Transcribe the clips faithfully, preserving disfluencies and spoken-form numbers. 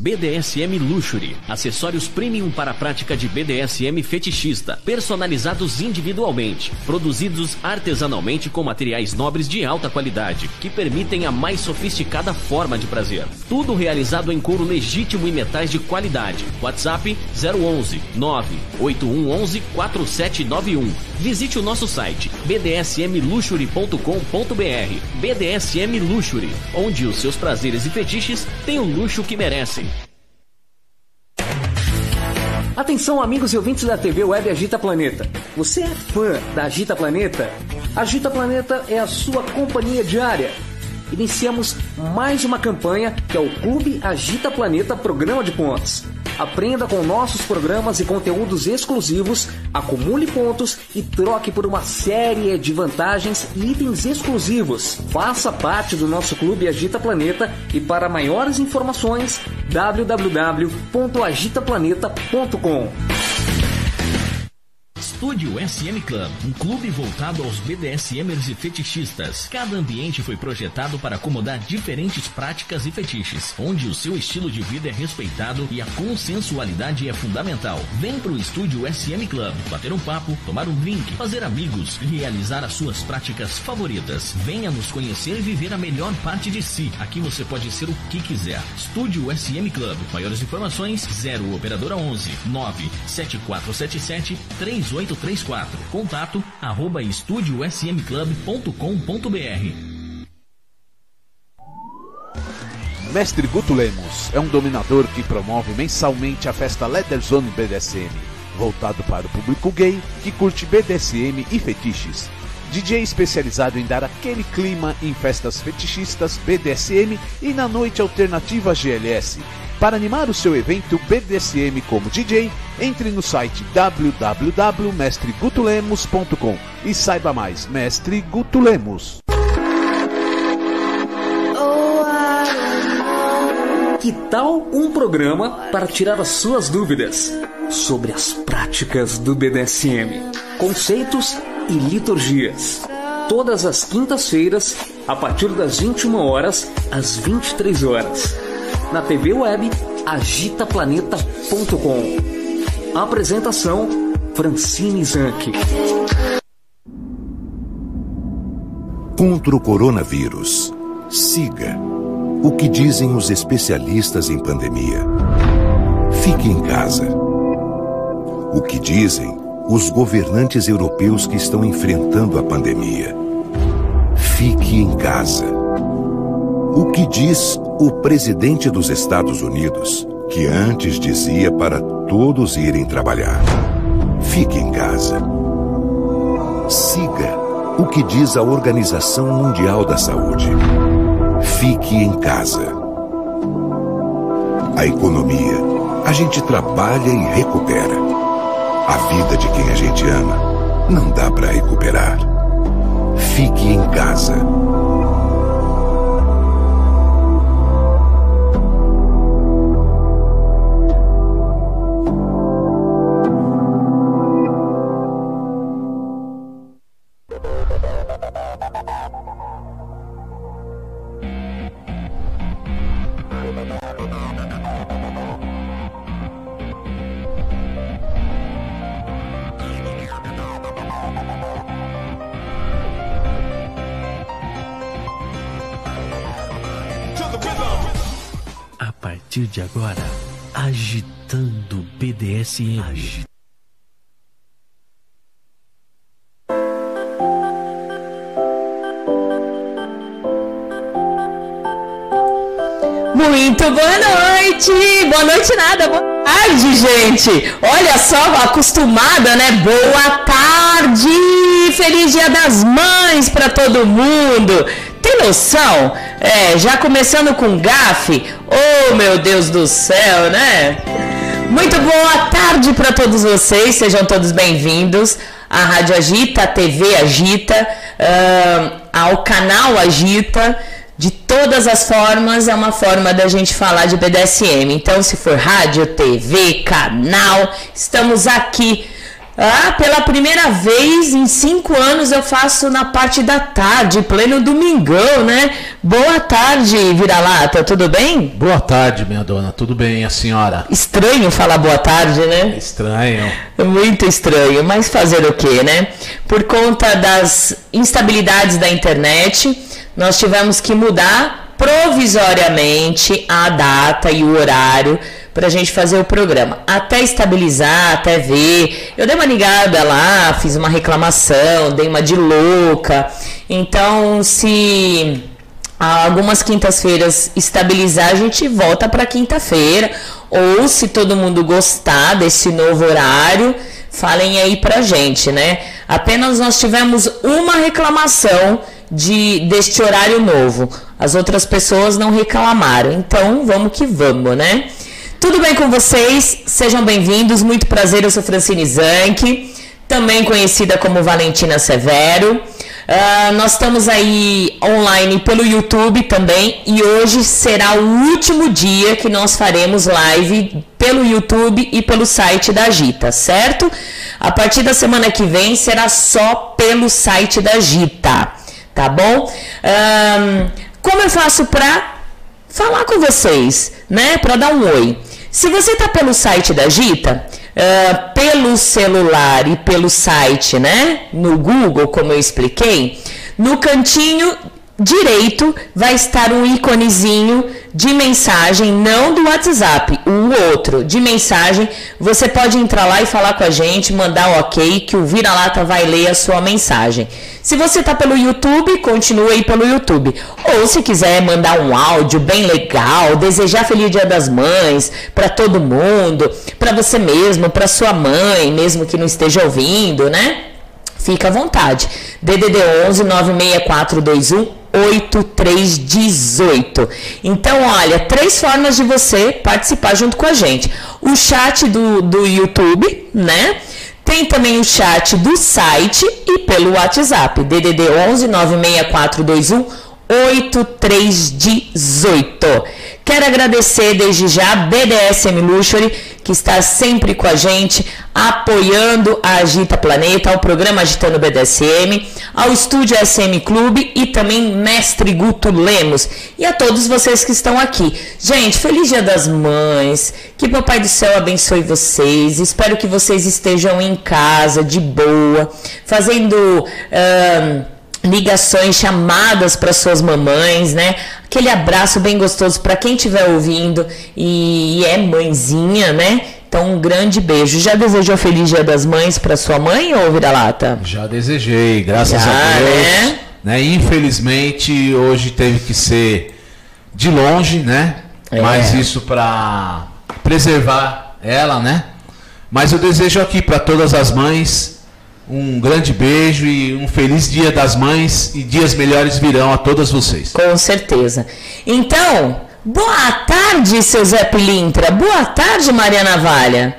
B D S M Luxury, acessórios premium para a prática de B D S M fetichista, personalizados individualmente, produzidos artesanalmente com materiais nobres de alta qualidade, que permitem a mais sofisticada forma de prazer. Tudo realizado em couro legítimo e metais de qualidade. WhatsApp zero onze nove oito um um um quatro sete nove um. Visite o nosso site b d s m luxury ponto com ponto b r. B D S M Luxury, onde os seus prazeres e fetiches têm o luxo que merecem. Atenção, amigos e ouvintes da T V Web Agita Planeta. Você é fã da Agita Planeta? Agita Planeta é a sua companhia diária. Iniciamos mais uma campanha que é o Clube Agita Planeta Programa de Pontos. Aprenda com nossos programas e conteúdos exclusivos, acumule pontos e troque por uma série de vantagens e itens exclusivos. Faça parte do nosso Clube Agita Planeta e para maiores informações w w w ponto agita planeta ponto com. Estúdio S M Club, um clube voltado aos BDSMers e fetichistas. Cada ambiente foi projetado para acomodar diferentes práticas e fetiches, onde o seu estilo de vida é respeitado e a consensualidade é fundamental. Vem pro Estúdio S M Club, bater um papo, tomar um drink, fazer amigos e realizar as suas práticas favoritas. Venha nos conhecer e viver a melhor parte de si. Aqui você pode ser o que quiser. Estúdio S M Club. Maiores informações zero operadora onze nove sete quatro sete sete três oito três quatro. Contato arroba estúdio s m club ponto com ponto b r. Mestre Guto Lemos é um dominador que promove mensalmente a festa Leather Zone B D S M, voltado para o público gay que curte B D S M e fetiches. D J especializado em dar aquele clima em festas fetichistas B D S M e na noite alternativa G L S. Para animar o seu evento B D S M como D J, entre no site w w w ponto mestre guto lemos ponto com e saiba mais. Mestre Guto Lemos. Que tal um programa para tirar as suas dúvidas sobre as práticas do B D S M, conceitos e liturgias? Todas as quintas-feiras, a partir das vinte e uma horas às vinte e três horas. Na T V Web agita planeta ponto com. Apresentação Francine Zanck. Contra o coronavírus, siga o que dizem os especialistas em pandemia. Fique em casa. O que dizem os governantes europeus que estão enfrentando a pandemia. Fique em casa. O que diz o presidente dos Estados Unidos, que antes dizia para todos irem trabalhar? Fique em casa. Siga o que diz a Organização Mundial da Saúde. Fique em casa. A economia, a gente trabalha e recupera. A vida de quem a gente ama, não dá para recuperar. Fique em casa. A partir de agora, agitando B D S M. Ag... Muito boa noite! Boa noite nada, boa tarde, gente! Olha só, acostumada, né? Boa tarde! Feliz Dia das Mães para todo mundo! Tem noção? É, já começando com gafe? Oh, meu Deus do céu, né? Muito boa tarde para todos vocês, sejam todos bem-vindos à Rádio Agita, à T V Agita, uh, ao canal Agita. De todas as formas, é uma forma da gente falar de B D S M. Então, se for rádio, T V, canal, estamos aqui Ah, pela primeira vez em cinco anos eu faço na parte da tarde, pleno domingão, né? Boa tarde, Vira-Lata, tudo bem? Boa tarde, minha dona, tudo bem, a senhora? Estranho falar boa tarde, né? Estranho. Muito estranho, mas fazer o quê, né? Por conta das instabilidades da internet, nós tivemos que mudar provisoriamente a data e o horário pra gente fazer o programa, até estabilizar, até ver. Eu dei uma ligada lá, fiz uma reclamação, dei uma de louca. Então, se algumas quintas-feiras estabilizar, a gente volta para quinta-feira. Ou se todo mundo gostar desse novo horário, falem aí pra gente, né? Apenas nós tivemos uma reclamação de deste horário novo. As outras pessoas não reclamaram. Então, vamos que vamos, né? Tudo bem com vocês? Sejam bem-vindos, muito prazer, eu sou Francine Zanck, também conhecida como Valentina Severo. Uh, nós estamos aí online pelo YouTube também e hoje será o último dia que nós faremos live pelo YouTube e pelo site da Gita, certo? A partir da semana que vem será só pelo site da Gita, tá bom? Uh, como eu faço para falar com vocês, né? Para dar um oi. Se você está pelo site da Gita, uh, pelo celular e pelo site, né? No Google, como eu expliquei, no cantinho direito vai estar um íconezinho de mensagem, não do WhatsApp, o outro, de mensagem. Você pode entrar lá e falar com a gente, mandar um ok, que o Vira-Lata vai ler a sua mensagem. Se você está pelo YouTube, continua aí pelo YouTube. Ou se quiser mandar um áudio bem legal, desejar Feliz Dia das Mães para todo mundo, para você mesmo, para sua mãe, mesmo que não esteja ouvindo, né? Fica à vontade. D D D onze nove seis quatro dois um oito três um oito. Então, olha, três formas de você participar junto com a gente. O chat do, do YouTube, né? Tem também o chat do site e pelo WhatsApp. D D D onze nove seis quatro dois um oito três um oito. Quero agradecer desde já a B D S M Luxury, que está sempre com a gente, apoiando a Agita Planeta, ao programa Agitando B D S M, ao Estúdio S M Clube e também Mestre Guto Lemos. E a todos vocês que estão aqui. Gente, Feliz Dia das Mães, que Papai do Céu abençoe vocês. Espero que vocês estejam em casa, de boa, fazendo... Um, ligações, chamadas para suas mamães, né? Aquele abraço bem gostoso para quem estiver ouvindo e, e é mãezinha, né? Então, um grande beijo. Já desejou Feliz Dia das Mães para sua mãe, ou Vira-Lata? Já desejei, graças Já, a Deus. Né? Né? Infelizmente, hoje teve que ser de longe, né? É. Mas isso para preservar ela, né? Mas eu desejo aqui para todas as mães um grande beijo e um feliz Dia das Mães, e dias melhores virão a todas vocês. Com certeza. Então, boa tarde, seu Zé Pilintra. Boa tarde, Maria Navalha.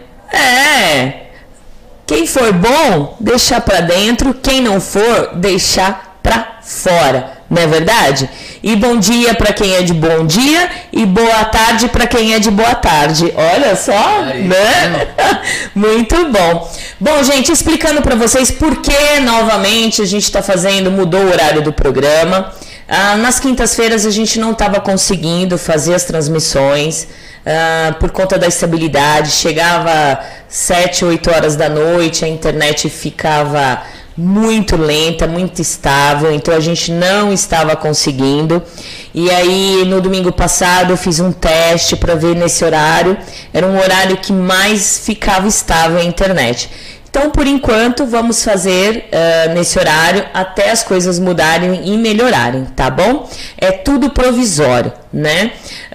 É. Quem for bom, deixar para dentro. Quem não for, deixar para fora. Não é verdade? E bom dia para quem é de bom dia e boa tarde para quem é de boa tarde. Olha só, aí, né? Muito bom. Bom, gente, explicando para vocês por que novamente a gente está fazendo, mudou o horário do programa. Ah, nas quintas-feiras a gente não estava conseguindo fazer as transmissões ah, por conta da estabilidade. Chegava sete, oito horas da noite, a internet ficava muito lenta, muito estável, então a gente não estava conseguindo. E aí no domingo passado eu fiz um teste para ver nesse horário, era um horário que mais ficava estável a internet. Então, por enquanto, vamos fazer uh, nesse horário até as coisas mudarem e melhorarem, tá bom? É tudo provisório, né?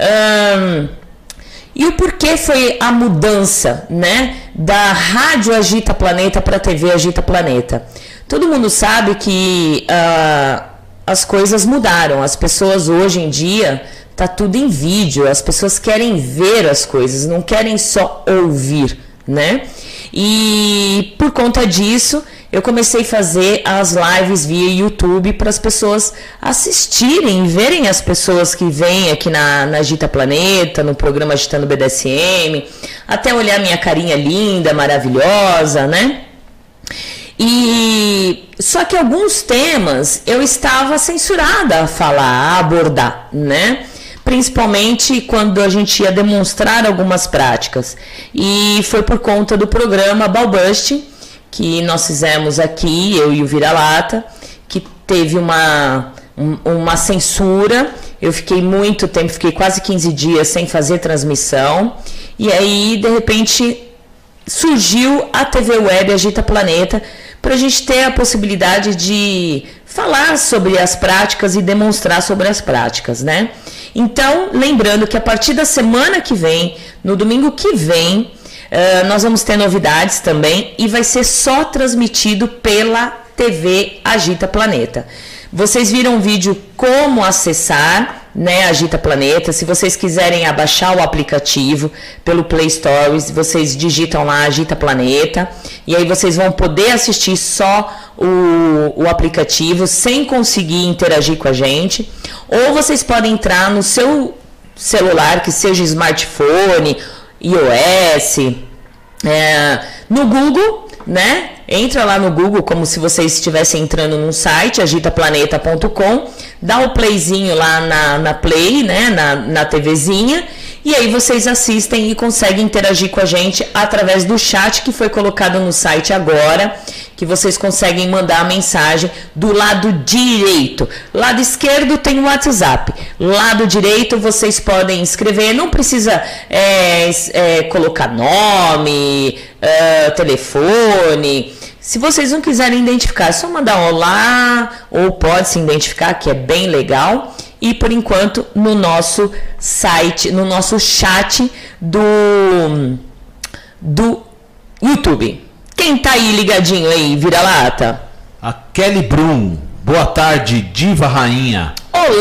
Um, E o porquê foi a mudança, né, da Rádio Agita Planeta para a T V Agita Planeta? Todo mundo sabe que uh, as coisas mudaram. As pessoas hoje em dia, tá tudo em vídeo. As pessoas querem ver as coisas, não querem só ouvir, né? E por conta disso, eu comecei a fazer as lives via YouTube para as pessoas assistirem, verem as pessoas que vêm aqui na, na Agita Planeta, no programa Agitando B D S M, até olhar minha carinha linda, maravilhosa, né? E só que alguns temas eu estava censurada a falar, a abordar, né? Principalmente quando a gente ia demonstrar algumas práticas. E foi por conta do programa Balbust, que nós fizemos aqui, eu e o Vira-Lata, que teve uma, um, uma censura. Eu fiquei muito tempo, fiquei quase quinze dias sem fazer transmissão. E aí, de repente, surgiu a T V Web Agita Planeta, para a gente ter a possibilidade de falar sobre as práticas e demonstrar sobre as práticas, né? Então, lembrando que a partir da semana que vem, no domingo que vem, uh, nós vamos ter novidades também e vai ser só transmitido pela T V Agita Planeta. Vocês viram o vídeo como acessar, né, Agita Planeta. Se vocês quiserem abaixar o aplicativo pelo Play Store, vocês digitam lá Agita Planeta e aí vocês vão poder assistir só o, o aplicativo sem conseguir interagir com a gente. Ou vocês podem entrar no seu celular, que seja smartphone, iOS, é, no Google, né? Entra lá no Google como se vocês estivessem entrando num site, agita planeta ponto com, dá o playzinho lá na, na Play, né, na, na TVzinha, e aí vocês assistem e conseguem interagir com a gente através do chat que foi colocado no site agora, que vocês conseguem mandar a mensagem do lado direito. Lado esquerdo tem o WhatsApp, lado direito vocês podem escrever, não precisa é, é, colocar nome, é, telefone. Se vocês não quiserem identificar, é só mandar um olá, ou pode se identificar, que é bem legal. E por enquanto no nosso site, no nosso chat do, do YouTube. Quem tá aí ligadinho aí, Vira-Lata? A Kelly Brum. Boa tarde, diva rainha.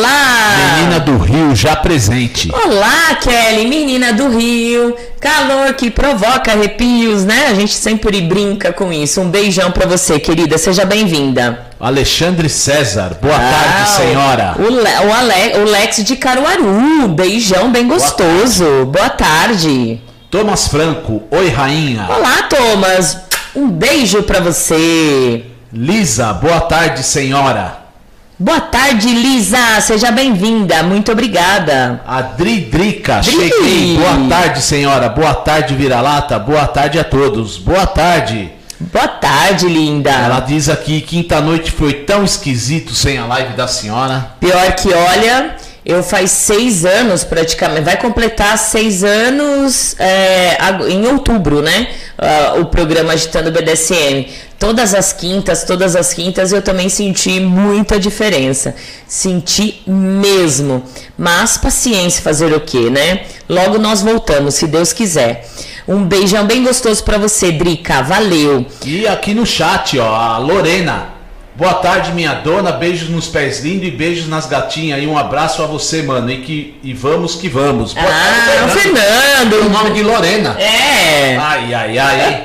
Olá! Menina do Rio já presente. Olá, Kelly, menina do Rio. Calor que provoca arrepios, né? A gente sempre brinca com isso. Um beijão pra você, querida. Seja bem-vinda. Alexandre César. Boa ah, tarde, senhora. O, Le, o, Ale, o Lex de Caruaru. Beijão bem gostoso. Boa tarde. Boa tarde. Thomas Franco. Oi, rainha. Olá, Thomas. Um beijo pra você. Lisa. Boa tarde, senhora. Boa tarde, Lisa. Seja bem-vinda. Muito obrigada. Adri Drica. Cheguei. Boa tarde, senhora. Boa tarde, Vira-Lata. Boa tarde a todos. Boa tarde. Boa tarde, linda. Ela diz aqui, quinta-noite foi tão esquisito sem a live da senhora. Pior que, olha, eu faz seis anos praticamente, vai completar seis anos é, em outubro, né? Uh, o programa Agitando B D S M. Todas as quintas, todas as quintas eu também senti muita diferença. Senti mesmo. Mas paciência, fazer o quê, né? Logo nós voltamos, se Deus quiser. Um beijão bem gostoso pra você, Drica. Valeu. E aqui no chat, ó, a Lorena. Boa tarde, minha dona. Beijos nos pés lindos e beijos nas gatinhas. E um abraço a você, mano. E, que, e vamos que vamos. Boa ah, tarde, Fernando. O nome de Lorena. É. Ai, ai, ai.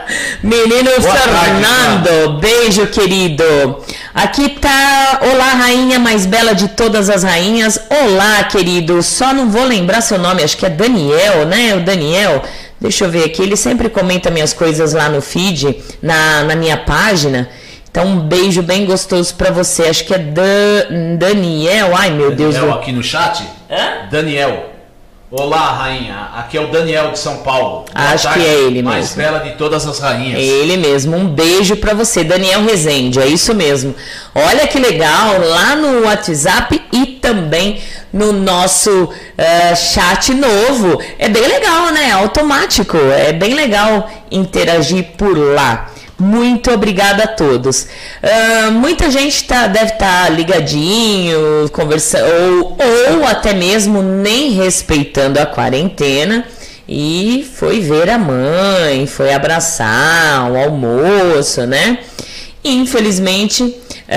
Menino Boa Fernando. Tarde, beijo, querido. Aqui tá. Olá, rainha mais bela de todas as rainhas. Olá, querido. Só não vou lembrar seu nome. Acho que é Daniel, né? O Daniel. Deixa eu ver aqui. Ele sempre comenta minhas coisas lá no feed, na, na minha página. Então, um beijo bem gostoso pra você. Acho que é Dan, Daniel. Ai, meu Daniel Deus do... aqui no chat? Hã? Daniel. Olá, rainha. Aqui é o Daniel de São Paulo. Boa Acho tarde, que é ele mais mesmo. bela de todas as rainhas. É ele mesmo. Um beijo pra você, Daniel Rezende. É isso mesmo. Olha que legal. Lá no WhatsApp e também no nosso uh, chat novo. É bem legal, né? Automático. É bem legal interagir por lá. Muito obrigada a todos. Uh, muita gente tá, deve estar tá ligadinho, conversando, ou, ou até mesmo nem respeitando a quarentena e foi ver a mãe, foi abraçar o almoço, né? Infelizmente,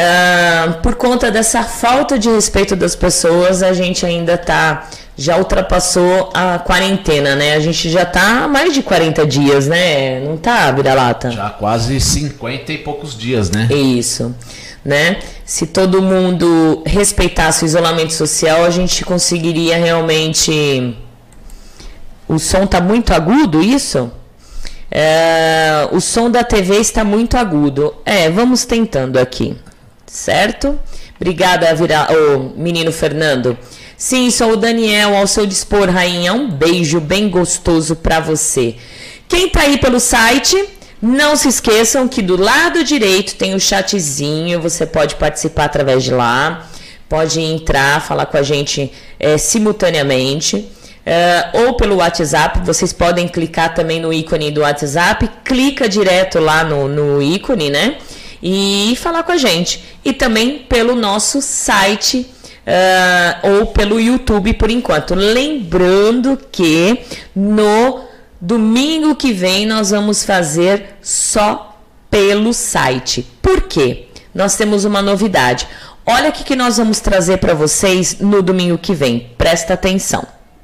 uh, por conta dessa falta de respeito das pessoas, a gente ainda tá, já ultrapassou a quarentena, né? A gente já tá há mais de quarenta dias, né? Não tá, Vira-Lata? Já quase cinquenta e poucos dias, né? Isso, né? Se todo mundo respeitasse o isolamento social, a gente conseguiria realmente... O som tá muito agudo, isso? É, o som da T V está muito agudo. É, vamos tentando aqui, certo? Obrigada, vira... oh, menino Fernando. Sim, sou o Daniel, ao seu dispor, rainha. Um beijo bem gostoso para você. Quem tá aí pelo site, não se esqueçam que do lado direito tem o chatzinho, você pode participar através de lá, pode entrar, falar com a gente é, simultaneamente, é, ou pelo WhatsApp, vocês podem clicar também no ícone do WhatsApp, clica direto lá no, no ícone, né, e falar com a gente, e também pelo nosso site, uh, ou pelo YouTube por enquanto, lembrando que no domingo que vem nós vamos fazer só pelo site. Por quê? Nós temos uma novidade. Olha o que nós vamos trazer para vocês no domingo que vem. Presta atenção.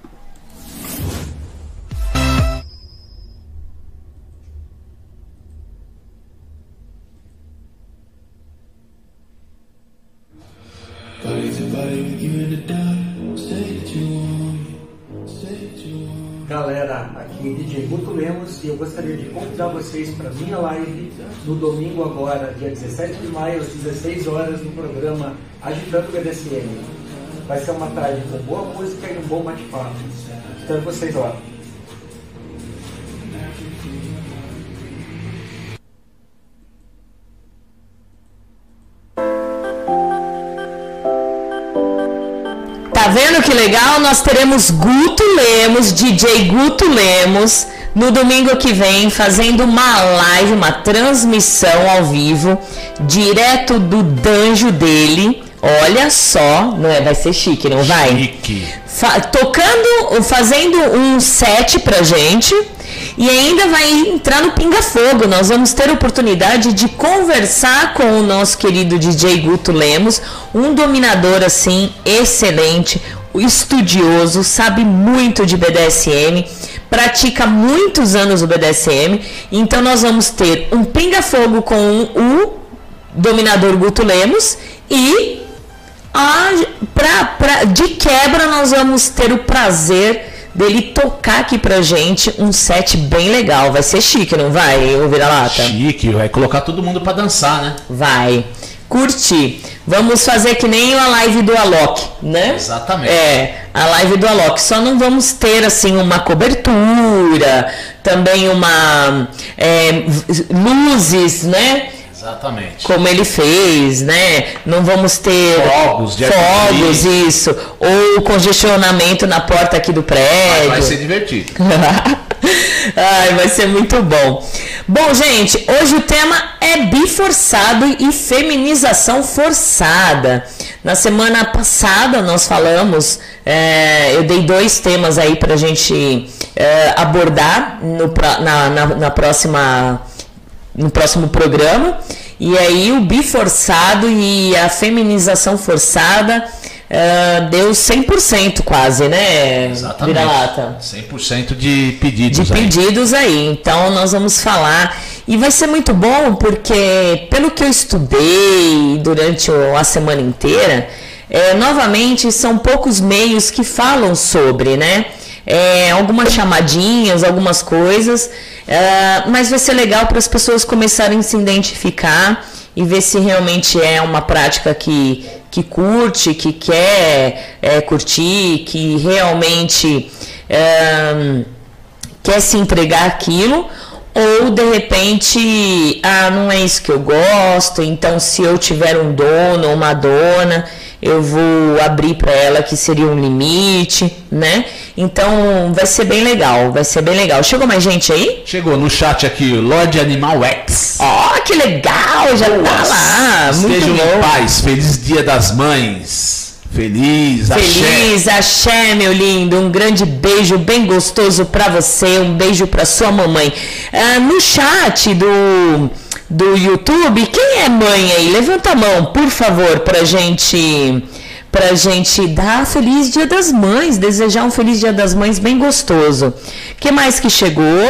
Galera, aqui é D J Guto Lemos e eu gostaria de convidar vocês para minha live no domingo agora, dia dezessete de maio, às dezesseis horas, no programa Agitando o B D S M. Vai ser uma tarde com boa música e um bom bate-papo. Espero vocês lá. Tá vendo que legal? Nós teremos Guto Lemos, D J Guto Lemos, no domingo que vem, fazendo uma live, uma transmissão ao vivo, direto do danjo dele. Olha só, não é? Vai ser chique, não vai? Chique. Fa- tocando, fazendo um set pra gente. E ainda vai entrar no Pinga Fogo. Nós vamos ter a oportunidade de conversar com o nosso querido D J Guto Lemos, um dominador assim excelente, estudioso, sabe muito de B D S M, pratica muitos anos o B D S M. Então nós vamos ter um Pinga Fogo com o dominador Guto Lemos e a, pra, pra, de quebra nós vamos ter o prazer dele tocar aqui pra gente um set bem legal. Vai ser chique, não vai, ô Vira-Lata? Chique, vai colocar todo mundo pra dançar, né? Vai. Curtir. Vamos fazer que nem a live do Alok, né? Exatamente. É, a live do Alok. Só não vamos ter, assim, uma cobertura, também uma... É, luzes, né? Exatamente. Como ele fez, né? Não vamos ter fogos, de fogos, isso, ou congestionamento na porta aqui do prédio. Mas vai ser divertido. Ai, vai ser muito bom. Bom, gente, hoje o tema é biforçado e feminização forçada. Na semana passada nós falamos, é, eu dei dois temas aí pra gente é, abordar no, na, na, na próxima... no próximo programa, e aí o biforçado e a feminização forçada uh, deu cem por cento quase, né? Exatamente. Vira-Lata. cem por cento de pedidos de aí. pedidos aí, então nós vamos falar, e vai ser muito bom porque pelo que eu estudei durante a semana inteira, é, novamente são poucos meios que falam sobre, né? É, algumas chamadinhas, algumas coisas, é, mas vai ser legal para as pessoas começarem a se identificar e ver se realmente é uma prática que, que curte, que quer é, curtir, que realmente é, quer se entregar aquilo, ou de repente, ah, não é isso que eu gosto, então se eu tiver um dono ou uma dona, eu vou abrir para ela que seria um limite, né? Então vai ser bem legal, vai ser bem legal. Chegou mais gente aí? Chegou no chat aqui, Lorde Animal X. Ó, oh, que legal, já Boa. Tá lá. Estejam muito em bom. paz, feliz Dia das Mães. Feliz, Feliz axé. axé, meu lindo. Um grande beijo bem gostoso para você, um beijo para sua mamãe. Ah, no chat do... do YouTube, quem é mãe aí? Levanta a mão, por favor, pra gente, pra gente dar feliz Dia das Mães, desejar um feliz Dia das Mães bem gostoso. O que mais que chegou?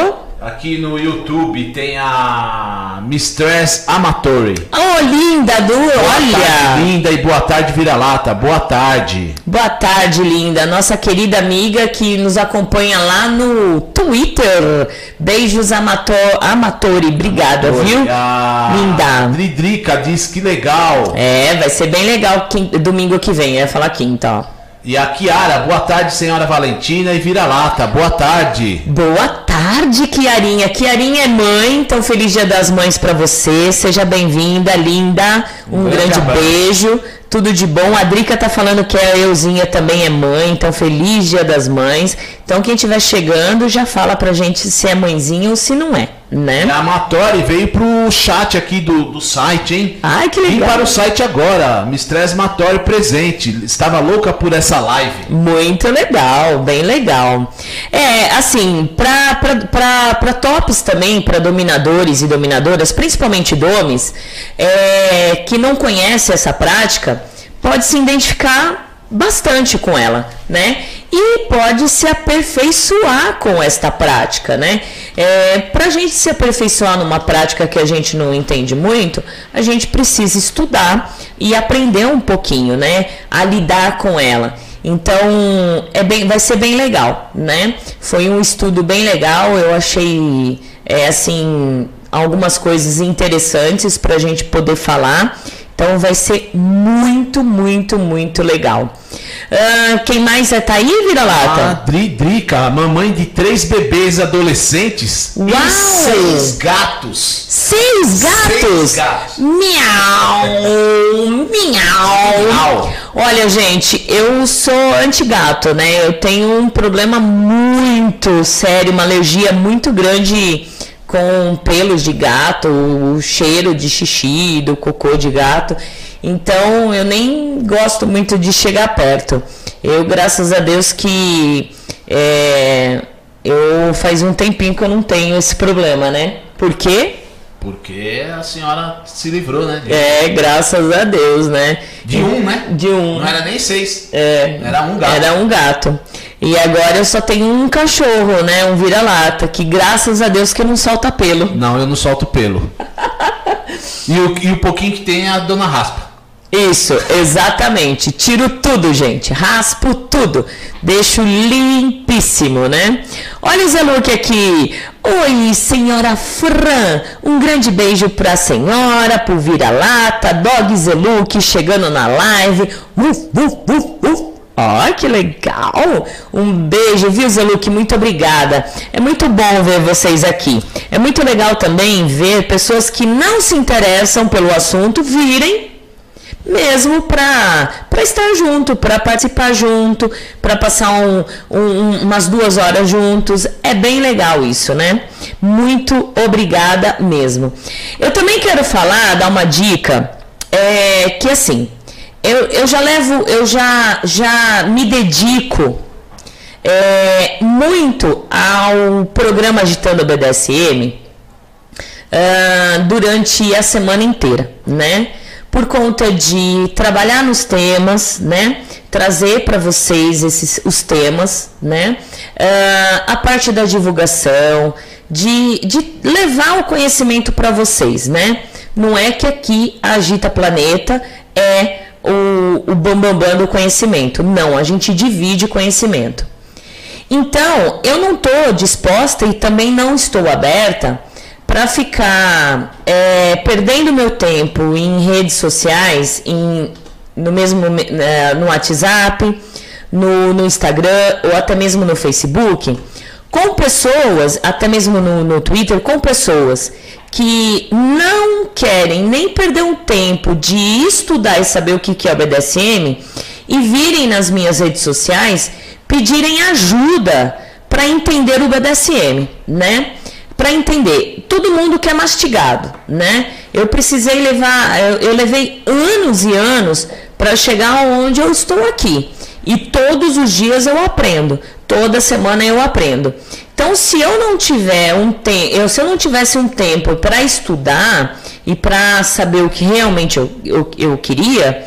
Aqui no YouTube tem a Mistress Amatori. Oh, linda, Du, boa olha. Tarde, linda, e boa tarde, vira-lata. Boa tarde. Boa tarde, linda. Nossa querida amiga que nos acompanha lá no Twitter. Beijos, Amator, Amatori. Obrigada, Amatori, viu? A linda. Dridrica diz que legal. É, vai ser bem legal quinta, domingo que vem. Eu ia falar quinta, ó. E a Kiara, boa tarde, senhora Valentina e vira-lata, boa tarde. Boa tarde, Kiarinha. Kiarinha é mãe, então feliz Dia das Mães pra você. Seja bem-vinda, linda. Um, um grande, grande beijo. Tudo de bom. A Drica tá falando que a Euzinha também é mãe, então feliz Dia das Mães. Então quem estiver chegando já fala pra gente se é mãezinha ou se não é, né? A Amatori veio pro chat aqui do, do site, hein? Ai, que legal. Vim para o site agora. Mistress Amatori presente. Estava louca por essa live. Muito legal, bem legal. É, assim, pra, pra, pra, pra tops também, pra dominadores e dominadoras, principalmente domes, é, que não conhece essa prática, pode se identificar bastante com ela, né? E pode se aperfeiçoar com esta prática, né? É, para a gente se aperfeiçoar numa prática que a gente não entende muito, a gente precisa estudar e aprender um pouquinho, né? A lidar com ela. Então, é bem, vai ser bem legal, né? Foi um estudo bem legal, eu achei, é, assim, algumas coisas interessantes para a gente poder falar. Então vai ser muito, muito, muito legal. Uh, quem mais tá aí, vira-lata? A Dridrica, mamãe de três bebês adolescentes. Uau! E seis gatos. Seis gatos? Seis gatos. Miau, miau. Miau. Olha, gente, eu sou anti-gato, né? Eu tenho um problema muito sério, uma alergia muito grande com pelos de gato, o cheiro de xixi, do cocô de gato. Então eu nem gosto muito de chegar perto. Eu, graças a Deus que é, eu faz um tempinho que eu não tenho esse problema, né? Por quê? Porque a senhora se livrou, né? De... É, graças a Deus, né? De um, né? De um. Não era nem seis. É, era um gato. Era um gato. E agora eu só tenho um cachorro, né? Um vira-lata, que graças a Deus que não solta pelo. Não, eu não solto pelo. e, o, e o pouquinho que tem é a dona Raspa. Isso, exatamente. Tiro tudo, gente. Raspo tudo. Deixo limpíssimo, né? Olha o Zé Luque aqui. Oi, senhora Fran. Um grande beijo pra senhora, pro vira-lata, Dog Zé Luque chegando na live. Uf, uf, uf, uf. Ó, oh, que legal! Um beijo, viu, Zé Luque? Muito obrigada. É muito bom ver vocês aqui. É muito legal também ver pessoas que não se interessam pelo assunto virem mesmo para estar junto, para participar junto, para passar um, um, umas duas horas juntos. É bem legal isso, né? Muito obrigada mesmo. Eu também quero falar, dar uma dica, é, que assim... Eu, eu já levo, eu já, já me dedico é, muito ao programa Agitando B D S M uh, durante a semana inteira, né? Por conta de trabalhar nos temas, né? Trazer para vocês esses, os temas, né? Uh, a parte da divulgação, de, de levar o conhecimento para vocês, né? Não é que aqui a Agita Planeta é o, o bambambam do conhecimento. Não, a gente divide conhecimento. Então, eu não estou disposta e também não estou aberta para ficar é, perdendo meu tempo em redes sociais, em, no mesmo é, no WhatsApp, no, no Instagram ou até mesmo no Facebook, com pessoas, até mesmo no, no Twitter, com pessoas que não querem nem perder um tempo de estudar e saber o que é o B D S M e virem nas minhas redes sociais pedirem ajuda para entender o B D S M, né? Para entender, todo mundo quer mastigado, né? Eu precisei levar, eu, eu levei anos e anos para chegar onde eu estou aqui. E todos os dias eu aprendo, toda semana eu aprendo. Então, se eu não tiver um tempo, se eu não tivesse um tempo para estudar e para saber o que realmente eu, eu, eu queria,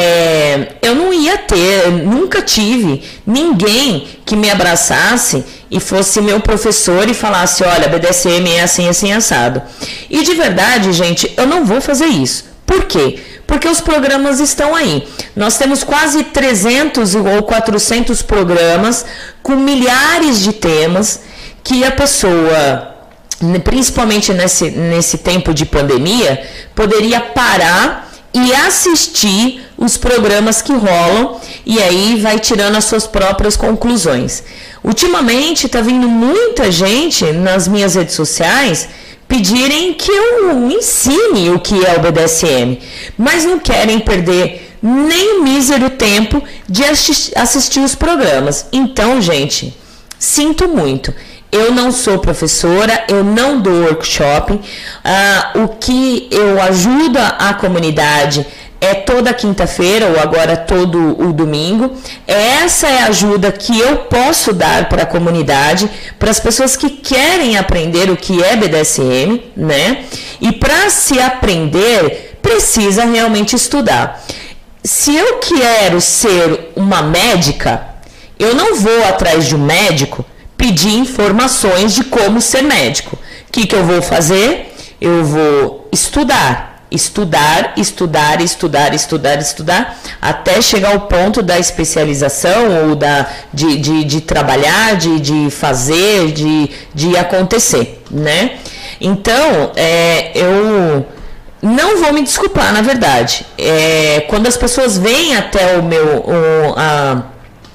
é, eu não ia ter, nunca tive ninguém que me abraçasse e fosse meu professor e falasse, olha, B D S M é assim, assim, assado. E de verdade, gente, eu não vou fazer isso. Por quê? Porque os programas estão aí. Nós temos quase trezentos ou quatrocentos programas com milhares de temas que a pessoa, principalmente nesse, nesse tempo de pandemia, poderia parar e assistir os programas que rolam e aí vai tirando as suas próprias conclusões. Ultimamente está vindo muita gente nas minhas redes sociais pedirem que eu ensine o que é o B D S M, mas não querem perder nem o mísero tempo de assistir, assistir os programas. Então, gente, sinto muito. Eu não sou professora, eu não dou workshop. Ah, o que eu ajudo a comunidade é toda quinta-feira ou agora todo o domingo. Essa é a ajuda que eu posso dar para a comunidade, para as pessoas que querem aprender o que é B D S M, né? E para se aprender, precisa realmente estudar. Se eu quero ser uma médica, eu não vou atrás de um médico pedir informações de como ser médico. O que, que eu vou fazer? Eu vou estudar, estudar, estudar, estudar, estudar, estudar, até chegar ao ponto da especialização ou da, de, de, de trabalhar, de, de fazer, de, de acontecer, né? Então, é, eu não vou me desculpar, na verdade. É, quando as pessoas vêm até o meu, o, a,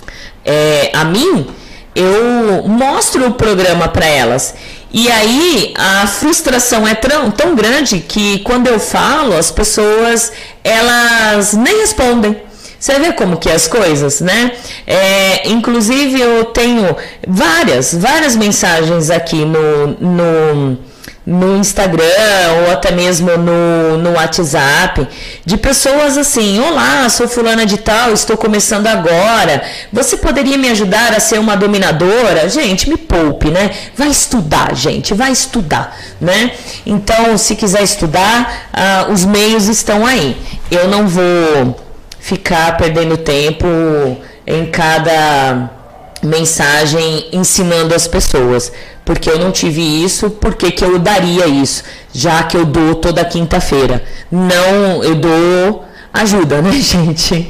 é, a mim, eu mostro o programa para elas. E aí a frustração é tão, tão grande que quando eu falo, as pessoas, elas nem respondem. Você vê como que é as coisas, né? É, inclusive eu tenho várias, várias mensagens aqui no, no, no Instagram ou até mesmo no, no WhatsApp de pessoas assim, olá, sou fulana de tal, estou começando agora, você poderia me ajudar a ser uma dominadora? Gente, me poupe, né? Vai estudar, gente, vai estudar, né? Então, se quiser estudar, ah, os meios estão aí. Eu não vou ficar perdendo tempo em cada mensagem ensinando as pessoas, porque eu não tive isso, por que que eu daria isso, já que eu dou toda quinta-feira? Não, eu dou ajuda, né, gente?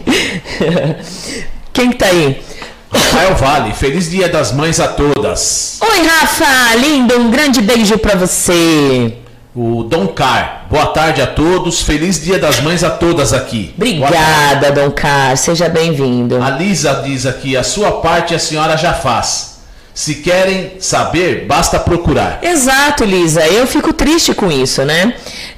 Quem que tá aí? Rafael Vale, feliz Dia das Mães a todas. Oi, Rafa, lindo, um grande beijo pra você. O Dom Car, boa tarde a todos, feliz Dia das Mães a todas aqui. Obrigada, Dom Car, seja bem-vindo. A Lisa diz aqui, a sua parte a senhora já faz. Se querem saber, basta procurar. Exato, Lisa, eu fico triste com isso, né?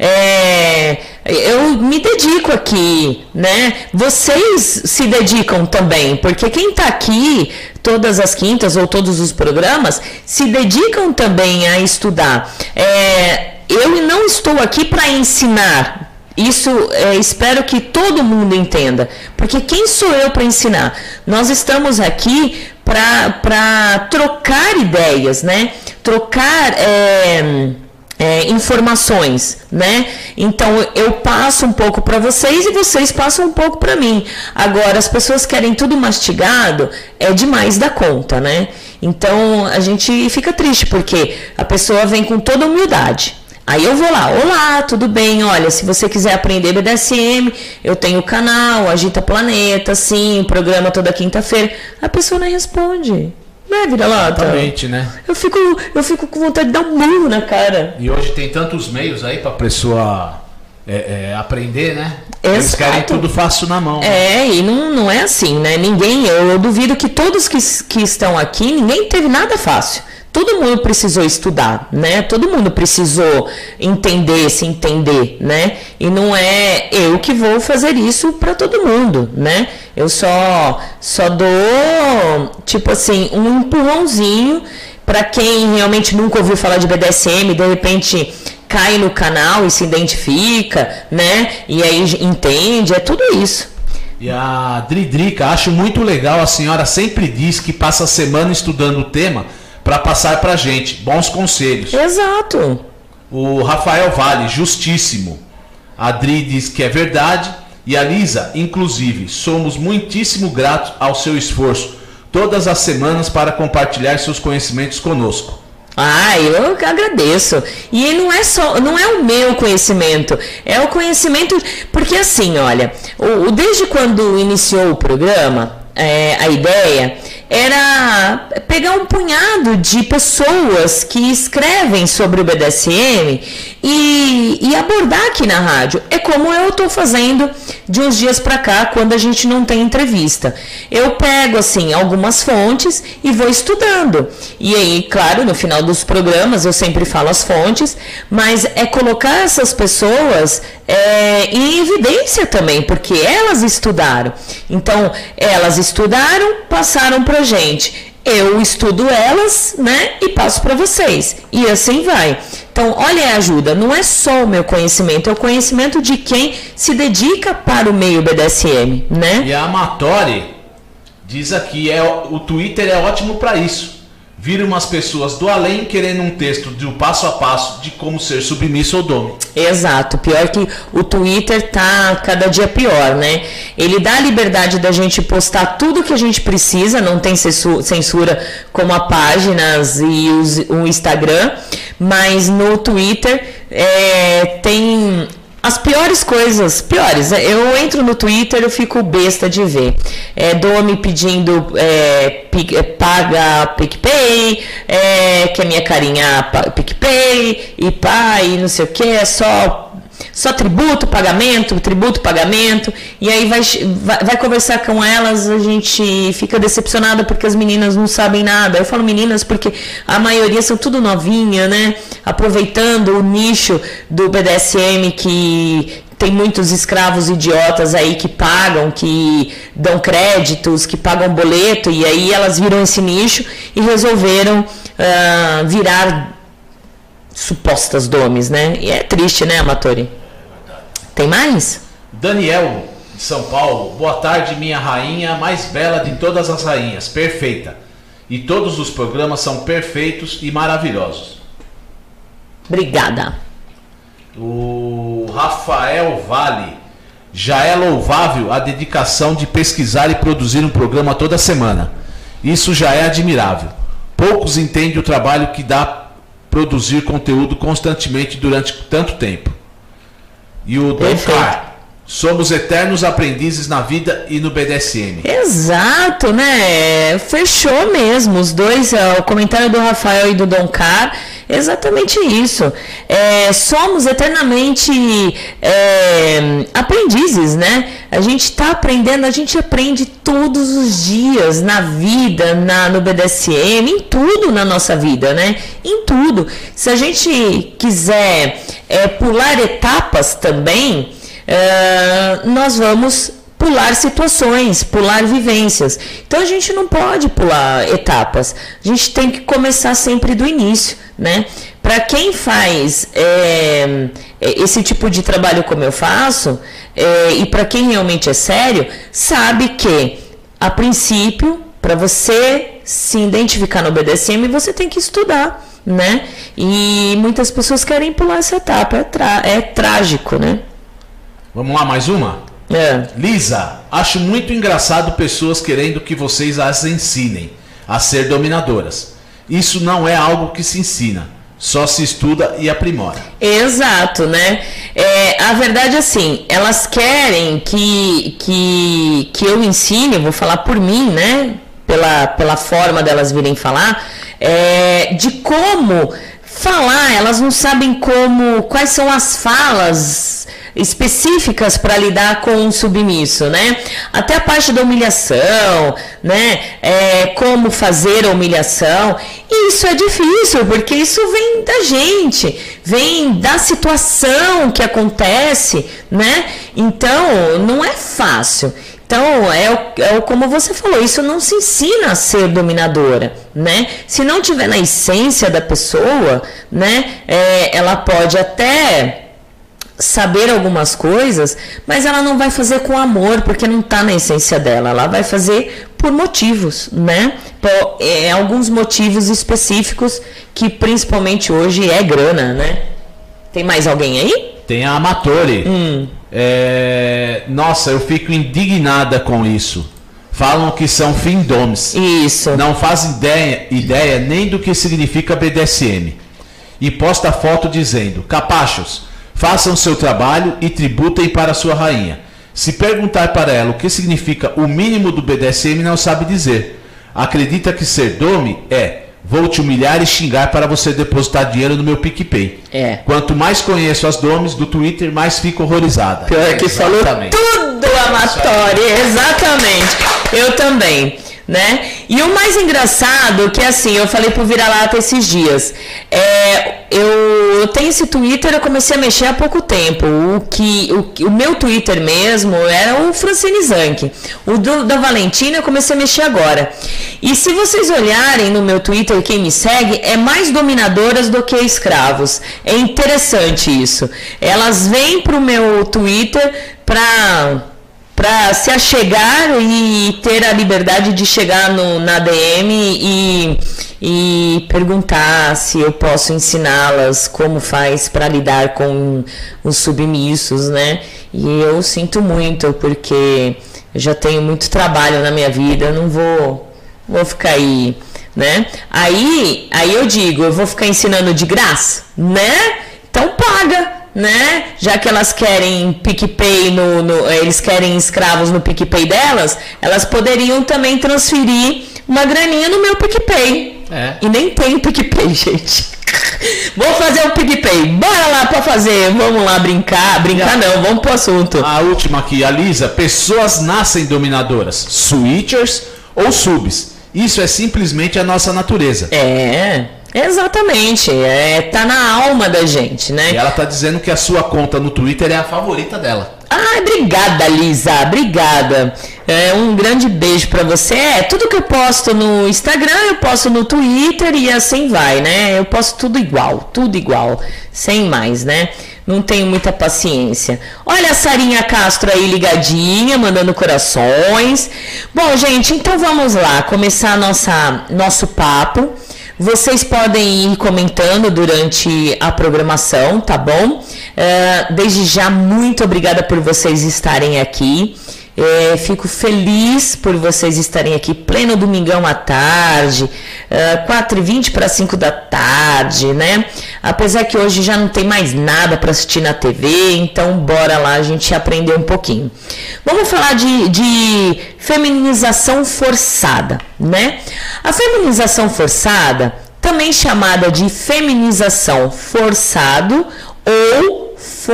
É, eu me dedico aqui, né? Vocês se dedicam também, porque quem tá aqui todas as quintas ou todos os programas se dedicam também a estudar. É, eu não estou aqui para ensinar. Isso é, espero que todo mundo entenda, porque quem sou eu para ensinar? Nós estamos aqui para trocar ideias, né? Trocar é, é, informações, né? Então eu passo um pouco para vocês e vocês passam um pouco para mim. Agora as pessoas querem tudo mastigado, é demais da conta, né? Então a gente fica triste porque a pessoa vem com toda humildade. Aí eu vou lá, olá, tudo bem? Olha, se você quiser aprender B D S M, eu tenho o canal, Agita Planeta, sim, programa toda quinta-feira. A pessoa nem responde. Não é, vira-lata? Exatamente, né? Eu fico, eu fico com vontade de dar um murro na cara. E hoje tem tantos meios aí pra pessoa é, é, aprender, né? Exato. Eles querem tudo fácil na mão. É, né? E não, não é assim, né? Ninguém, eu, eu duvido que todos que, que estão aqui, ninguém teve nada fácil. Todo mundo precisou estudar, né? Todo mundo precisou entender, se entender, né? E não é eu que vou fazer isso para todo mundo, né? Eu só só dou, tipo assim, um empurrãozinho para quem realmente nunca ouviu falar de B D S M, de repente cai no canal e se identifica, né? E aí entende, é tudo isso. E a Dridrica, acho muito legal, a senhora sempre diz que passa a semana estudando o tema para passar pra gente bons conselhos. Exato. O Rafael Vale, justíssimo. A Dri diz que é verdade. E a Lisa, inclusive, somos muitíssimo gratos ao seu esforço. todas as semanas para compartilhar seus conhecimentos conosco. Ah, eu agradeço. E não é só, não é o meu conhecimento, é o conhecimento, porque assim, olha, o, desde quando iniciou o programa, é, a ideia era pegar um punhado de pessoas que escrevem sobre o B D S M e, e abordar aqui na rádio. É como eu estou fazendo de uns dias para cá, quando a gente não tem entrevista. Eu pego, assim, algumas fontes e vou estudando. E aí, claro, no final dos programas eu sempre falo as fontes, mas é colocar essas pessoas é, em evidência também, porque elas estudaram. Então, elas estudaram, passaram para gente, eu estudo elas, né, e passo para vocês, e assim vai. Então, olha a ajuda, não é só o meu conhecimento, é o conhecimento de quem se dedica para o meio B D S M, né? E a Amatori diz aqui, é, o Twitter é ótimo para isso. Vira umas pessoas do além querendo um texto do passo a passo de como ser submisso ou dome. Exato, pior que o Twitter tá cada dia pior, né? Ele dá a liberdade da gente postar tudo que a gente precisa, não tem censura como a páginas e os, o Instagram, mas no Twitter é, tem as piores coisas, piores. Eu entro no Twitter, eu fico besta de ver. É, Dome pedindo é, pic, paga PicPay, é, que é minha carinha PicPay, e pá, e não sei o que, é só... Só tributo, pagamento, tributo, pagamento, e aí vai, vai, vai conversar com elas, a gente fica decepcionada porque as meninas não sabem nada. Eu falo meninas porque a maioria são tudo novinha, né? Aproveitando o nicho do B D S M, que tem muitos escravos idiotas aí que pagam, que dão créditos, que pagam boleto, e aí elas viram esse nicho e resolveram uh, virar supostas domes, né? E é triste, né, Amatori? Tem mais? Daniel, de São Paulo. Boa tarde, minha rainha mais bela de todas as rainhas. Perfeita. E todos os programas são perfeitos e maravilhosos. Obrigada. O Rafael Vale. Já é louvável a dedicação de pesquisar e produzir um programa toda semana. Isso já é admirável. Poucos entendem o trabalho que dá produzir conteúdo constantemente durante tanto tempo. E o Doncar, somos eternos aprendizes na vida e no B D S M. Exato, né? Fechou mesmo. Os dois, o comentário do Rafael e do Doncar, exatamente isso. É, somos eternamente é, aprendizes, né? A gente está aprendendo, a gente aprende todos os dias na vida, na, no B D S M, em tudo na nossa vida, né? Em tudo. Se a gente quiser é, pular etapas também, é, nós vamos pular situações, pular vivências. Então a gente não pode pular etapas. A gente tem que começar sempre do início, né? Para quem faz é, esse tipo de trabalho como eu faço, é, e para quem realmente é sério, sabe que, a princípio, para você se identificar no B D S M, você tem que estudar, né? E muitas pessoas querem pular essa etapa. É, tra- é trágico, né? Vamos lá, mais uma? É. Lisa, acho muito engraçado pessoas querendo que vocês as ensinem a ser dominadoras. Isso não é algo que se ensina, só se estuda e aprimora. Exato, né? É, a verdade é assim, elas querem que, que, que eu ensine, vou falar por mim, né? Pela, pela forma delas virem falar, é, de como falar, elas não sabem como, quais são as falas específicas para lidar com um submisso, né? Até a parte da humilhação, né? É, como fazer a humilhação. E isso é difícil, porque isso vem da gente, vem da situação que acontece, né? Então, não é fácil. Então, é o, é o como você falou, isso não se ensina a ser dominadora, né? Se não tiver na essência da pessoa, né? É, ela pode até saber algumas coisas, mas ela não vai fazer com amor, porque não está na essência dela. Ela vai fazer por motivos, né? Por, é, alguns motivos específicos, que principalmente hoje é grana, né? Tem mais alguém aí? Tem a Amatori. Hum. É... Nossa, eu fico indignada com isso. falam que são findomes. Isso. Não fazem ideia, ideia nem do que significa B D S M. E posta foto dizendo: capachos, façam seu trabalho e tributem para sua rainha. Se perguntar para ela o que significa o mínimo do B D S M, não sabe dizer. Acredita que ser dome é: vou te humilhar e xingar para você depositar dinheiro no meu PicPay. É. Quanto mais conheço as domes do Twitter, mais fico horrorizada. Pior que falou tudo amatório, exatamente. Eu também, né? E o mais engraçado que assim, eu falei pro Vira-Lata esses dias, é, eu, eu tenho esse Twitter, eu comecei a mexer há pouco tempo. O que o, o meu Twitter mesmo era o Francine Zanck. O do, da Valentina eu comecei a mexer agora. E se vocês olharem no meu Twitter, quem me segue, é mais dominadoras do que escravos. É interessante isso. Elas vêm pro meu Twitter pra... para se achegar e ter a liberdade de chegar no, na D M e, e perguntar se eu posso ensiná-las como faz para lidar com os submissos, né? E eu sinto muito, porque eu já tenho muito trabalho na minha vida, eu não vou, vou ficar aí, né? Aí, aí eu digo, eu vou ficar ensinando de graça, né? Então paga! Né? Já que elas querem PicPay, no, no, eles querem escravos no PicPay delas, elas poderiam também transferir uma graninha no meu PicPay. É. E nem tem PicPay, gente. Vou fazer o PicPay. Bora lá pra fazer. Vamos lá brincar. Brincar não, vamos pro assunto. A última aqui, a Lisa. Pessoas nascem dominadoras, switchers ou subs. Isso é simplesmente a nossa natureza. É... Exatamente, é, tá na alma da gente, né? E ela tá dizendo que a sua conta no Twitter é a favorita dela. Ah, obrigada, Lisa, obrigada. É, um grande beijo pra você. É, tudo que eu posto no Instagram, eu posto no Twitter e assim vai, né? Eu posto tudo igual, tudo igual, sem mais, né? Não tenho muita paciência. Olha a Sarinha Castro aí ligadinha, mandando corações. Bom, gente, então vamos lá, começar nossa, nosso papo. Vocês podem ir comentando durante a programação, tá bom? Uh, desde já, muito obrigada por vocês estarem aqui. É, fico feliz por vocês estarem aqui pleno domingão à tarde, uh, quatro e vinte para cinco da tarde, né? Apesar que hoje já não tem mais nada para assistir na T V, então bora lá a gente aprender um pouquinho. Vamos falar de, de feminização forçada, né? A feminização forçada, também chamada de feminização forçado ou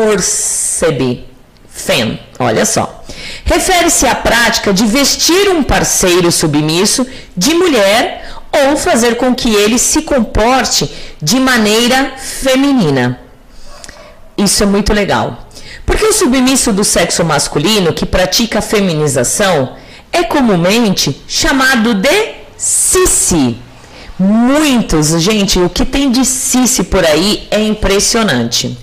forcebe, fem, olha só. Refere-se à prática de vestir um parceiro submisso de mulher ou fazer com que ele se comporte de maneira feminina. Isso é muito legal. Porque o submisso do sexo masculino que pratica a feminização é comumente chamado de sissi. Muitos, gente, o que tem de sissi por aí é impressionante.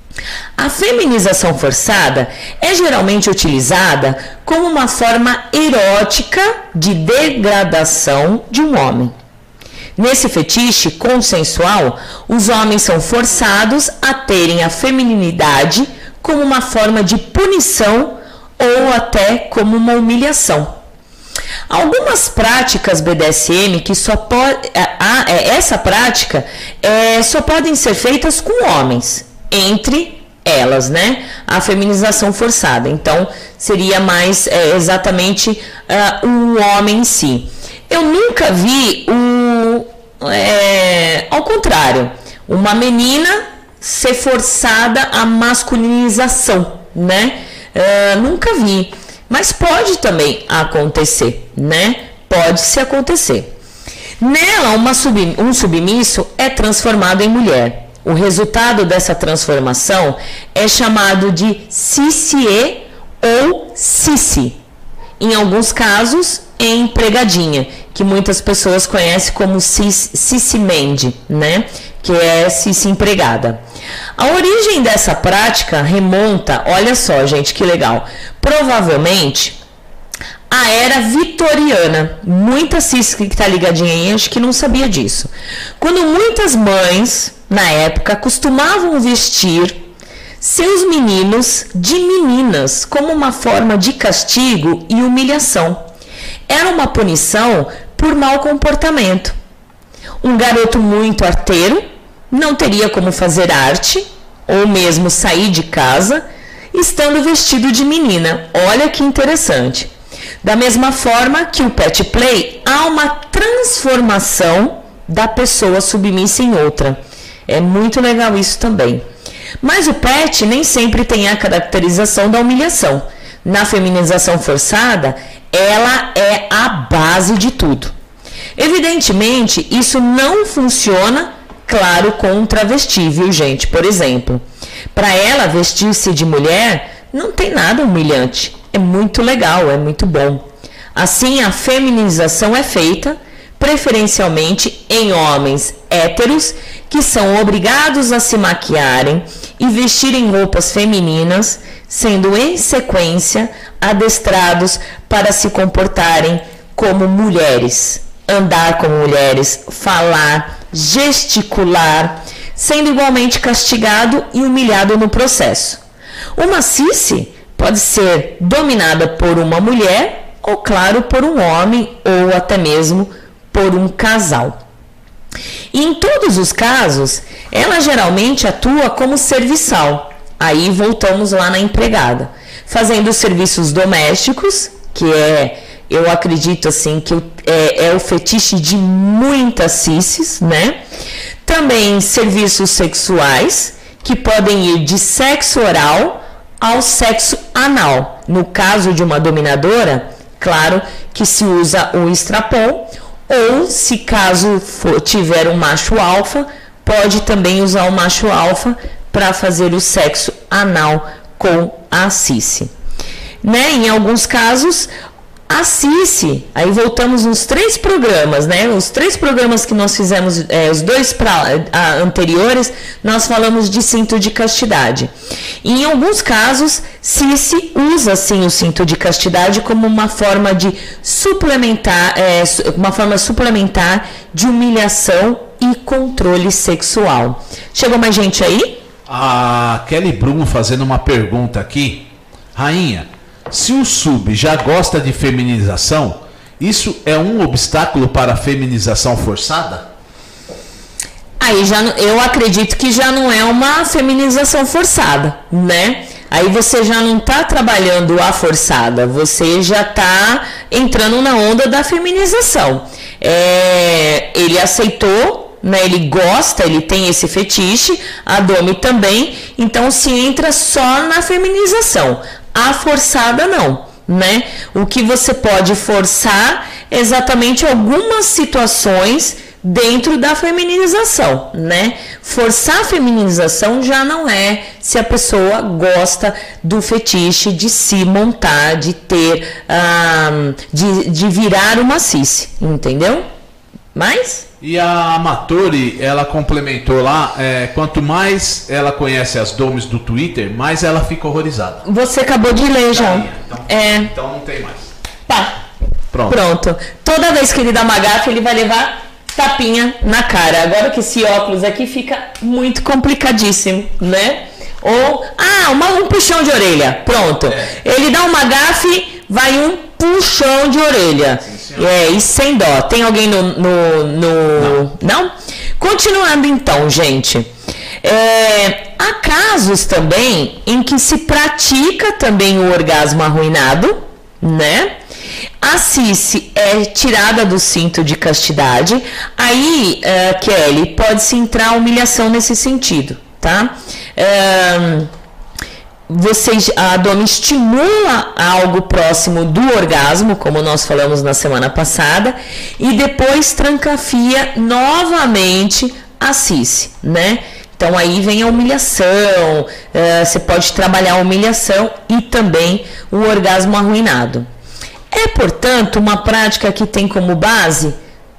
A feminização forçada é geralmente utilizada como uma forma erótica de degradação de um homem. Nesse fetiche consensual, os homens são forçados a terem a feminilidade como uma forma de punição ou até como uma humilhação. Algumas práticas B D S M que só pode, essa prática é, só podem ser feitas com homens, entre elas, né, a feminização forçada. Então, seria mais é, exatamente uh, o homem em si. Eu nunca vi o, é, ao contrário, uma menina ser forçada à masculinização, né? Uh, nunca vi. Mas pode também acontecer, né? Pode se acontecer. Nela, uma sub, um submisso é transformado em mulher. O resultado dessa transformação é chamado de sissie ou sissi. Em alguns casos, em empregadinha, que muitas pessoas conhecem como sissimende, né? Que é sissi empregada. A origem dessa prática remonta, olha só, gente, que legal, provavelmente a era vitoriana. Muita cis que está ligadinha aí, acho que não sabia disso. Quando muitas mães, na época, costumavam vestir seus meninos de meninas como uma forma de castigo e humilhação. era uma punição por mau comportamento. Um garoto muito arteiro não teria como fazer arte ou mesmo sair de casa estando vestido de menina. Olha que interessante. Da mesma forma que o pet play, há uma transformação da pessoa submissa em outra. É muito legal isso também. Mas o pet nem sempre tem a caracterização da humilhação. Na feminização forçada, ela é a base de tudo. Evidentemente, isso não funciona, claro, com um travesti, viu, gente? Por exemplo, para ela vestir-se de mulher, não tem nada humilhante. É muito legal, é muito bom. Assim, a feminização é feita preferencialmente em homens héteros que são obrigados a se maquiarem e vestirem roupas femininas, sendo em sequência adestrados para se comportarem como mulheres, andar como mulheres, falar, gesticular, sendo igualmente castigado e humilhado no processo. Uma cissi pode ser dominada por uma mulher ou, claro, por um homem ou até mesmo por um casal. E em todos os casos, ela geralmente atua como serviçal. Aí voltamos lá na empregada, fazendo serviços domésticos, que é, eu acredito assim, que é, é o fetiche de muitas cissis, né? Também serviços sexuais, que podem ir de sexo oral ao sexo anal. No caso de uma dominadora, claro que se usa o estrapon, ou se caso for, tiver um macho alfa, pode também usar o macho alfa para fazer o sexo anal com a cissi. Né? Em alguns casos, a cissi, aí voltamos nos três programas, né? Os três programas que nós fizemos, é, os dois pra, a, anteriores, nós falamos de cinto de castidade. E em alguns casos, cissi usa sim o cinto de castidade como uma forma de suplementar, é, uma forma suplementar de humilhação e controle sexual. Chegou mais gente aí? A Kelly Bruno fazendo uma pergunta aqui. Rainha, se o sub já gosta de feminização, isso é um obstáculo para a feminização forçada? Aí já, eu acredito que já não é uma feminização forçada, né? Aí você já não está trabalhando a forçada, você já está entrando na onda da feminização. É, ele aceitou, né? Ele gosta, ele tem esse fetiche, a Domi também, então se entra só na feminização. A forçada não, né? O que você pode forçar é exatamente algumas situações dentro da feminização, né? Forçar a feminização já não é se a pessoa gosta do fetiche de se montar, de ter, ah, de, de virar uma cissi, entendeu? Mas... E a Amatori, ela complementou lá, é, quanto mais ela conhece as domes do Twitter, mais ela fica horrorizada. Você acabou de ler já. Então, é. então não tem mais. Tá. Pronto. Pronto. Toda vez que ele dá uma gafe, ele vai levar tapinha na cara. Agora que esse óculos aqui fica muito complicadíssimo, né? Ou, ah, uma, um puxão de orelha. Pronto. É. Ele dá uma gafe, vai um puxão de orelha. Sim. É, e sem dó. Tem alguém no... no, no... Não. Não? Continuando então, gente. É, há casos também em que se pratica também o orgasmo arruinado, né? A cissi é tirada do cinto de castidade. Aí, uh, Kelly, pode-se entrar a humilhação nesse sentido, tá? Uh, Você, a Domi estimula algo próximo do orgasmo, como nós falamos na semana passada, e depois trancafia novamente a cissi, né? Então aí vem a humilhação, uh, você pode trabalhar a humilhação e também o orgasmo arruinado. É, portanto, uma prática que tem como base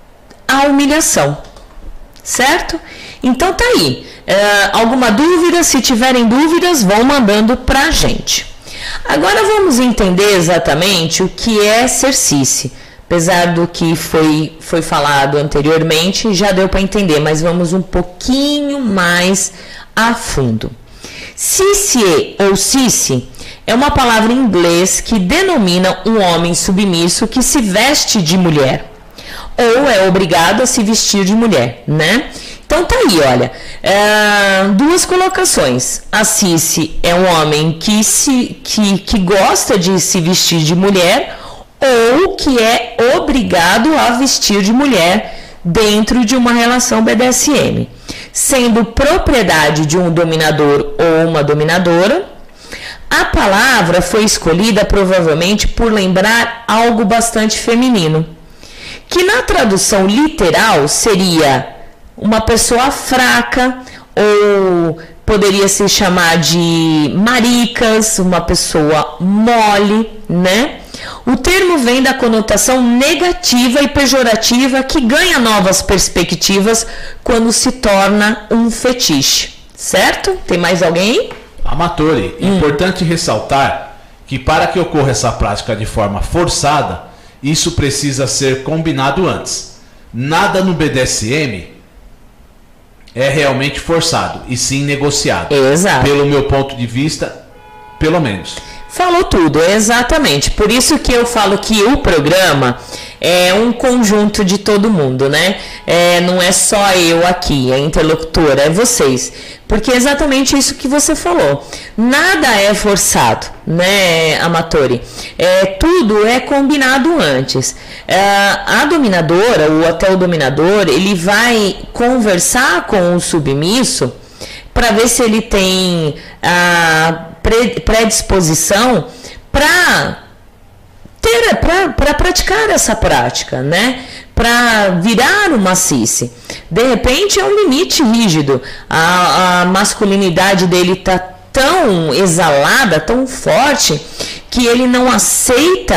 a humilhação, certo? Então tá aí. Uh, alguma dúvida? Se tiverem dúvidas, vão mandando pra gente. Agora vamos entender exatamente o que é ser cissi. Apesar do que foi, foi falado anteriormente, já deu para entender, mas vamos um pouquinho mais a fundo. Cissi ou cissi é uma palavra em inglês que denomina um homem submisso que se veste de mulher ou é obrigado a se vestir de mulher, né? Então tá aí, olha, é, duas colocações. A Cici é um homem que, se, que, que gosta de se vestir de mulher ou que é obrigado a vestir de mulher dentro de uma relação B D S M, sendo propriedade de um dominador ou uma dominadora. A palavra foi escolhida provavelmente por lembrar algo bastante feminino, que na tradução literal seria uma pessoa fraca, ou poderia se chamar de maricas, uma pessoa mole, né? O termo vem da conotação negativa e pejorativa que ganha novas perspectivas quando se torna um fetiche, certo? Tem mais alguém? Amatori, hum. Importante ressaltar que para que ocorra essa prática de forma forçada, isso precisa ser combinado antes. Nada no B D S M é realmente forçado, e sim negociado. Exato. Pelo meu ponto de vista, pelo menos. Falou tudo, exatamente. Por isso que eu falo que o programa é um conjunto de todo mundo, né? É, não é só eu aqui, a interlocutora, é vocês. Porque é exatamente isso que você falou. Nada é forçado, né, Amatori? É, tudo é combinado antes. É, a dominadora, ou até o dominador, ele vai conversar com o submisso para ver se ele tem a predisposição para ter, para praticar essa prática, né? Para virar uma Cici. De repente é um limite rígido. A, a masculinidade dele está tão exalada, tão forte, que ele não aceita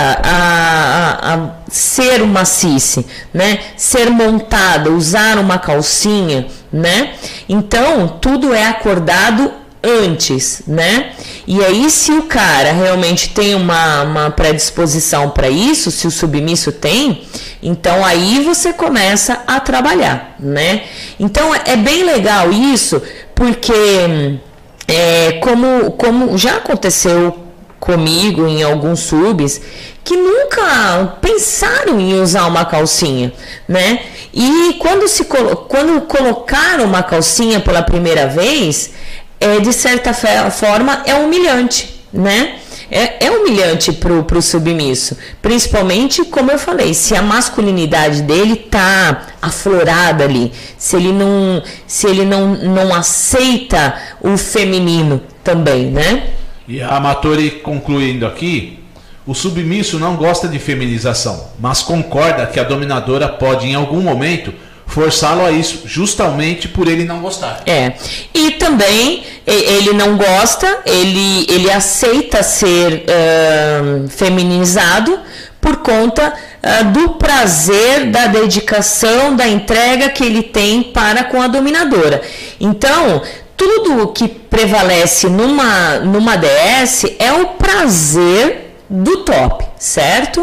a, a, a ser uma Cici, né? Ser montada, usar uma calcinha, né? Então, tudo é acordado antes, né? E aí, se o cara realmente tem uma, uma predisposição para isso, se o submisso tem, então aí você começa a trabalhar, né? Então, é bem legal isso, porque é, como, como já aconteceu comigo em alguns subs, que nunca pensaram em usar uma calcinha, né? E quando, se, quando colocaram uma calcinha pela primeira vez, é, de certa forma é humilhante, né? É, é humilhante pro, pro submisso, principalmente, como eu falei, se a masculinidade dele tá aflorada ali, se ele não, se ele não, não aceita o feminino também, né? E a Amatori concluindo aqui, o submisso não gosta de feminização, mas concorda que a dominadora pode em algum momento forçá-lo a isso, justamente por ele não gostar. É, e também ele não gosta, ele, ele aceita ser uh, feminizado por conta uh, do prazer, da dedicação, da entrega que ele tem para com a dominadora. Então, tudo que prevalece numa, numa D S é o prazer do top, certo?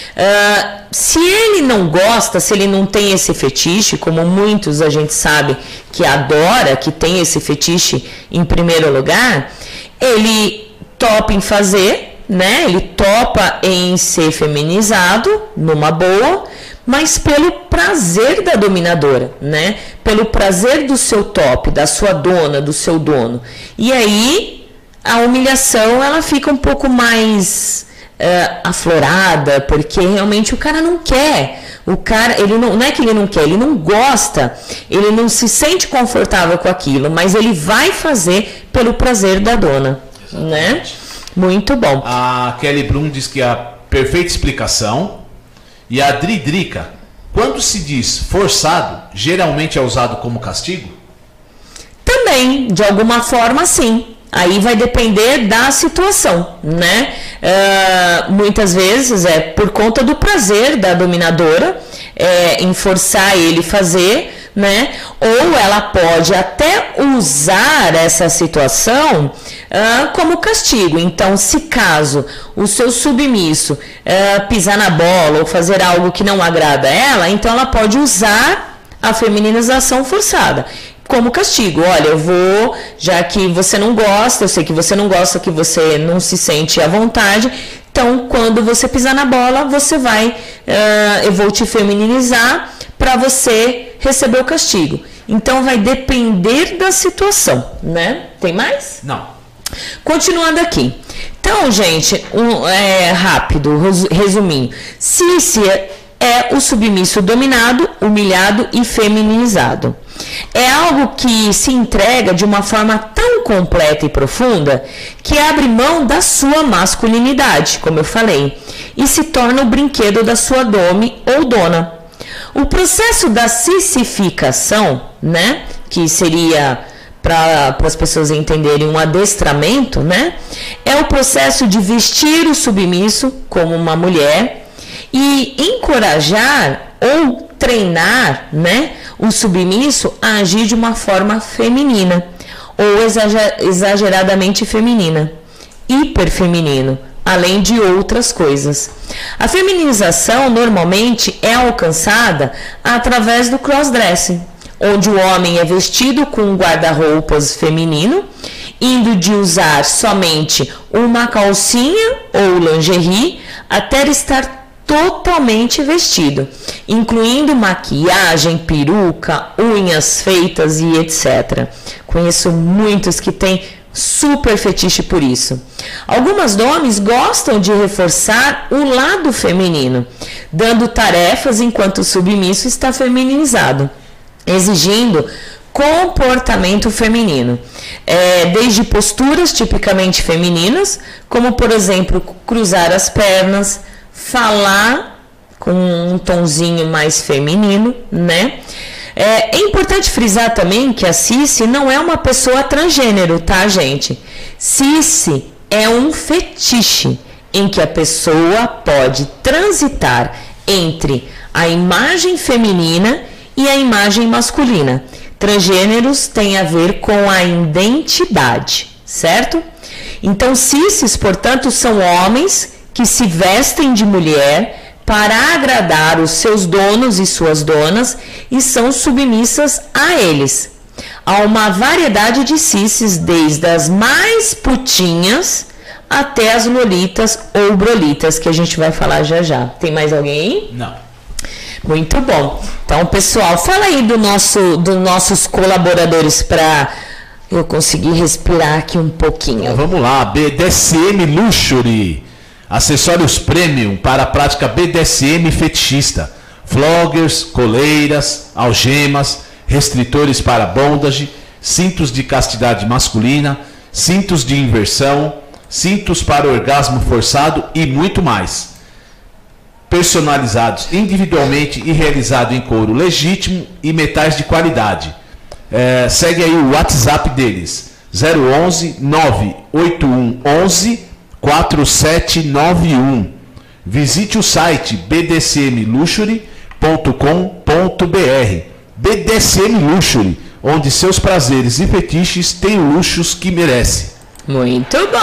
Uh, se ele não gosta, se ele não tem esse fetiche, como muitos a gente sabe que adora, que tem esse fetiche em primeiro lugar, ele topa em fazer, né? Ele topa em ser feminizado, numa boa, mas pelo prazer da dominadora, né? Pelo prazer do seu top, da sua dona, do seu dono. E aí a humilhação ela fica um pouco mais uh, aflorada, porque realmente o cara não quer. O cara, ele não, não é que ele não quer, ele não gosta, ele não se sente confortável com aquilo, mas ele vai fazer pelo prazer da dona. Exatamente. Né? Muito bom. A Kelly Brum diz que a perfeita explicação. E a Dridrica, quando se diz forçado, geralmente é usado como castigo? Também, de alguma forma, sim. Aí vai depender da situação, né? Uh, muitas vezes é por conta do prazer da dominadora é, em forçar ele fazer, né? Ou ela pode até usar essa situação uh, como castigo. Então, se caso o seu submisso uh, pisar na bola ou fazer algo que não agrada a ela, então ela pode usar a feminização forçada. como castigo. Olha, eu vou, já que você não gosta, eu sei que você não gosta, que você não se sente à vontade, então quando você pisar na bola, você vai, uh, eu vou te feminilizar para você receber o castigo. Então vai depender da situação, né? Tem mais? Não. Continuando aqui. Então, gente, um, é, rápido, resumindo. Sície é o submisso dominado, humilhado e feminizado. É algo que se entrega de uma forma tão completa e profunda que abre mão da sua masculinidade, como eu falei, e se torna o brinquedo da sua dome ou dona. O processo da cissificação, né, que seria, para as pessoas entenderem, um adestramento, né, é o processo de vestir o submisso como uma mulher e encorajar ou treinar, né, o submisso a agir de uma forma feminina ou exageradamente feminina, hiperfeminino, além de outras coisas. A feminização normalmente é alcançada através do crossdressing, onde o homem é vestido com um guarda-roupas feminino, indo de usar somente uma calcinha ou lingerie até estar totalmente vestido, incluindo maquiagem, peruca, unhas feitas e etcétera. Conheço muitos que têm super fetiche por isso. Algumas domes gostam de reforçar o lado feminino, dando tarefas enquanto o submisso está feminizado, exigindo comportamento feminino, é, desde posturas tipicamente femininas, como por exemplo cruzar as pernas, falar com um tonzinho mais feminino, né? É, é importante frisar também que a Sície não é uma pessoa transgênero, tá, gente? Sície é um fetiche em que a pessoa pode transitar entre a imagem feminina e a imagem masculina. Transgêneros tem a ver com a identidade, certo? Então, Sícies, portanto, são homens que se vestem de mulher para agradar os seus donos e suas donas e são submissas a eles. Há uma variedade de Sícies, desde as mais putinhas até as lolitas ou brolitas, que a gente vai falar já já. Tem mais alguém aí? Não. Muito bom. Então, pessoal, fala aí do nosso, dos nossos colaboradores para eu conseguir respirar aqui um pouquinho. Então, vamos lá, B D S M Luxury. Acessórios premium para a prática B D S M fetichista. Floggers, coleiras, algemas, restritores para bondage, cintos de castidade masculina, cintos de inversão, cintos para orgasmo forçado e muito mais. Personalizados individualmente e realizado em couro legítimo e metais de qualidade. É, segue aí o WhatsApp deles, zero onze, nove oito um onze, quatro sete nove um. Visite o site b d s m luxury ponto com ponto b r. B D S M Luxury, onde seus prazeres e fetiches têm luxos que merece. Muito bom!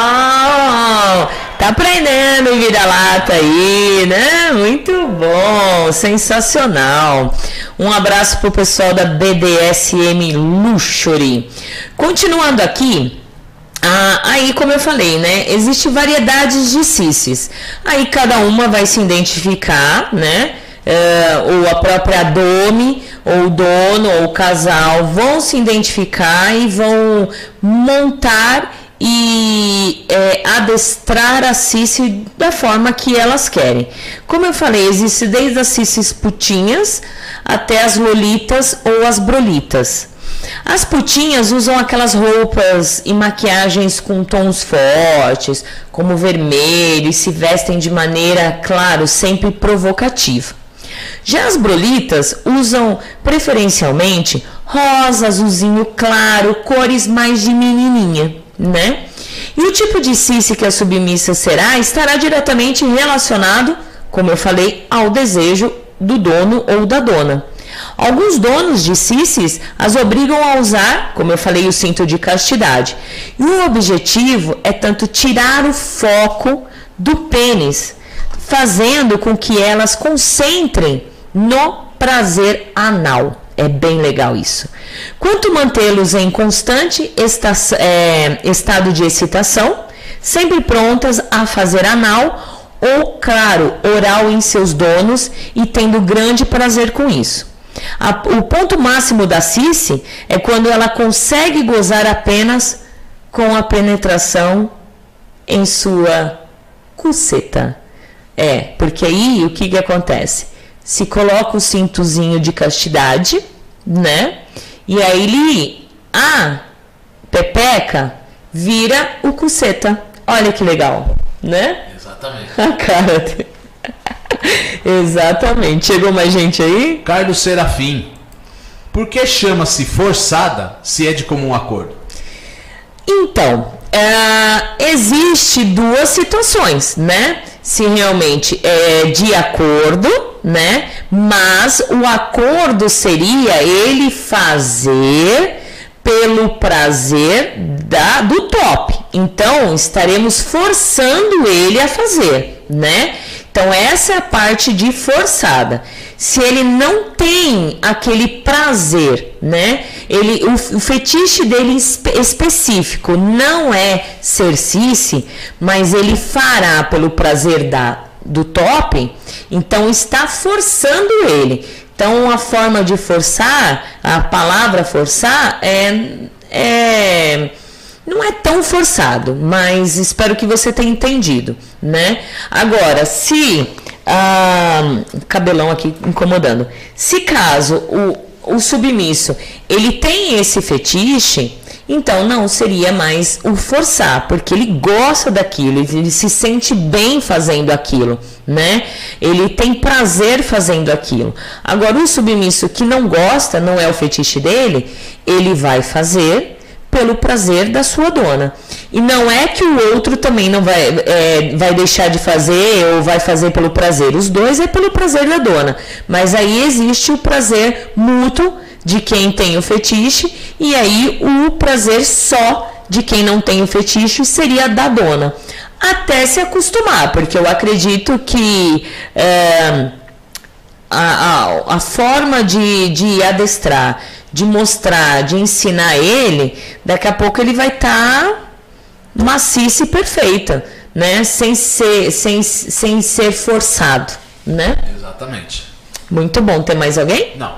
Tá aprendendo em vira-lata aí, né? Muito bom, sensacional. Um abraço pro pessoal da B D S M Luxury. Continuando aqui, ah, aí como eu falei, né? Existem variedades de Sícies. Aí cada uma vai se identificar, né? Uh, ou a própria dome, ou o dono, ou o casal vão se identificar e vão montar e é, adestrar a Sície da forma que elas querem. Como eu falei, existe desde as Sícies putinhas até as lolitas ou as brolitas. As putinhas usam aquelas roupas e maquiagens com tons fortes, como vermelho, e se vestem de maneira, claro, sempre provocativa. Já as brolitas usam preferencialmente rosa, azulzinho claro, cores mais de menininha, né? E o tipo de Sície que a submissa será estará diretamente relacionado, como eu falei, ao desejo do dono ou da dona. Alguns donos de Sícies as obrigam a usar, como eu falei, o cinto de castidade. E o objetivo é tanto tirar o foco do pênis, fazendo com que elas concentrem no prazer anal. É bem legal isso. Quanto mantê-los em constante esta, é, estado de excitação, sempre prontas a fazer anal ou, claro, oral em seus donos e tendo grande prazer com isso. A, o ponto máximo da cice é quando ela consegue gozar apenas com a penetração em sua cuceta. É, porque aí o que que acontece? Se coloca o cintozinho de castidade, né? E aí ele, a pepeca vira o cuceta. Olha que legal, né? Exatamente. A cara dele. Exatamente. Chegou mais gente aí? Carlos Serafim. Por que chama-se forçada se é de comum acordo? Então, uh, existe duas situações, né? Se realmente é de acordo, né? Mas o acordo seria ele fazer pelo prazer da, do top. Então, estaremos forçando ele a fazer, né? Então, essa é a parte de forçada. Se ele não tem aquele prazer, né? Ele, o, o fetiche dele espe específico não é ser cice, mas ele fará pelo prazer da, do top, então está forçando ele. Então, a forma de forçar, a palavra forçar, é, é, não é tão forçado, mas espero que você tenha entendido, né? Agora, se... Ah, cabelão aqui incomodando. Se caso o, o submisso ele tem esse fetiche, então não seria mais o forçar, porque ele gosta daquilo, ele, ele se sente bem fazendo aquilo, né? Ele tem prazer fazendo aquilo. Agora, o submisso que não gosta, não é o fetiche dele, ele vai fazer pelo prazer da sua dona. E não é que o outro também não vai, é, vai deixar de fazer ou vai fazer pelo prazer. Os dois é pelo prazer da dona. Mas aí existe o prazer mútuo de quem tem o fetiche, e aí o prazer só de quem não tem o fetiche seria da dona. Até se acostumar, porque eu acredito que é, a, a, a forma de, de adestrar, de mostrar, de ensinar ele, daqui a pouco ele vai estar tá maciça e perfeita, né? Sem ser, sem, sem ser forçado, né? Exatamente. Muito bom. Tem mais alguém? Não.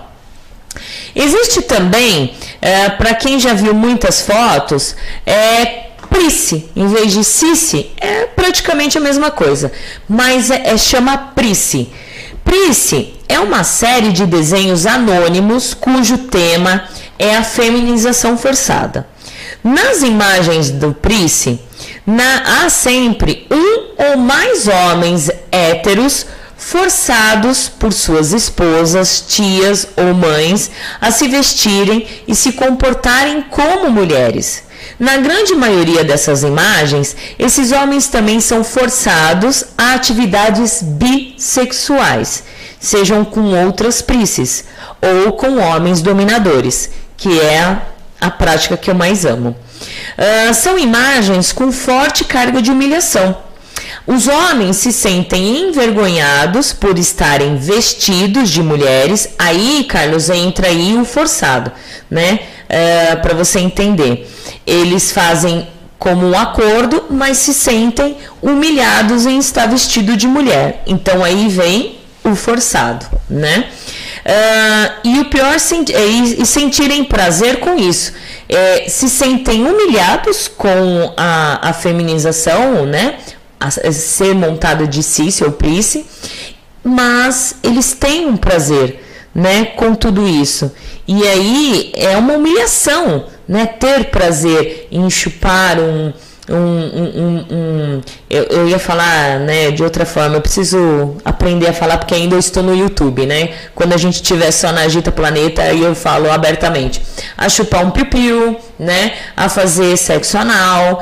Existe também, é, para quem já viu muitas fotos, é price, em vez de cice, é praticamente a mesma coisa, mas é, é chama price. Price é uma série de desenhos anônimos cujo tema é a feminização forçada. Nas imagens do price, na, há sempre um ou mais homens héteros forçados por suas esposas, tias ou mães a se vestirem e se comportarem como mulheres. Na grande maioria dessas imagens, esses homens também são forçados a atividades bissexuais, sejam com outras prices ou com homens dominadores, que é a, a prática que eu mais amo. Uh, são imagens com forte carga de humilhação. Os homens se sentem envergonhados por estarem vestidos de mulheres. Aí, Carlos, entra aí o forçado, né? Uh, para você entender. Eles fazem como um acordo, mas se sentem humilhados em estar vestido de mulher. Então, aí vem o forçado, né? Uh, e o pior é e sentirem prazer com isso. É, se sentem humilhados com a, a feminização, né? A, a ser montado de cice ou price, mas eles têm um prazer, né, com tudo isso. E aí é uma humilhação, né, ter prazer em chupar um um, um, um, um eu, eu ia falar, né, de outra forma, eu preciso aprender a falar porque ainda eu estou no YouTube, né? Quando a gente estiver só na Agita Planeta, aí eu falo abertamente. A chupar um piu-piu, né? A fazer sexo anal.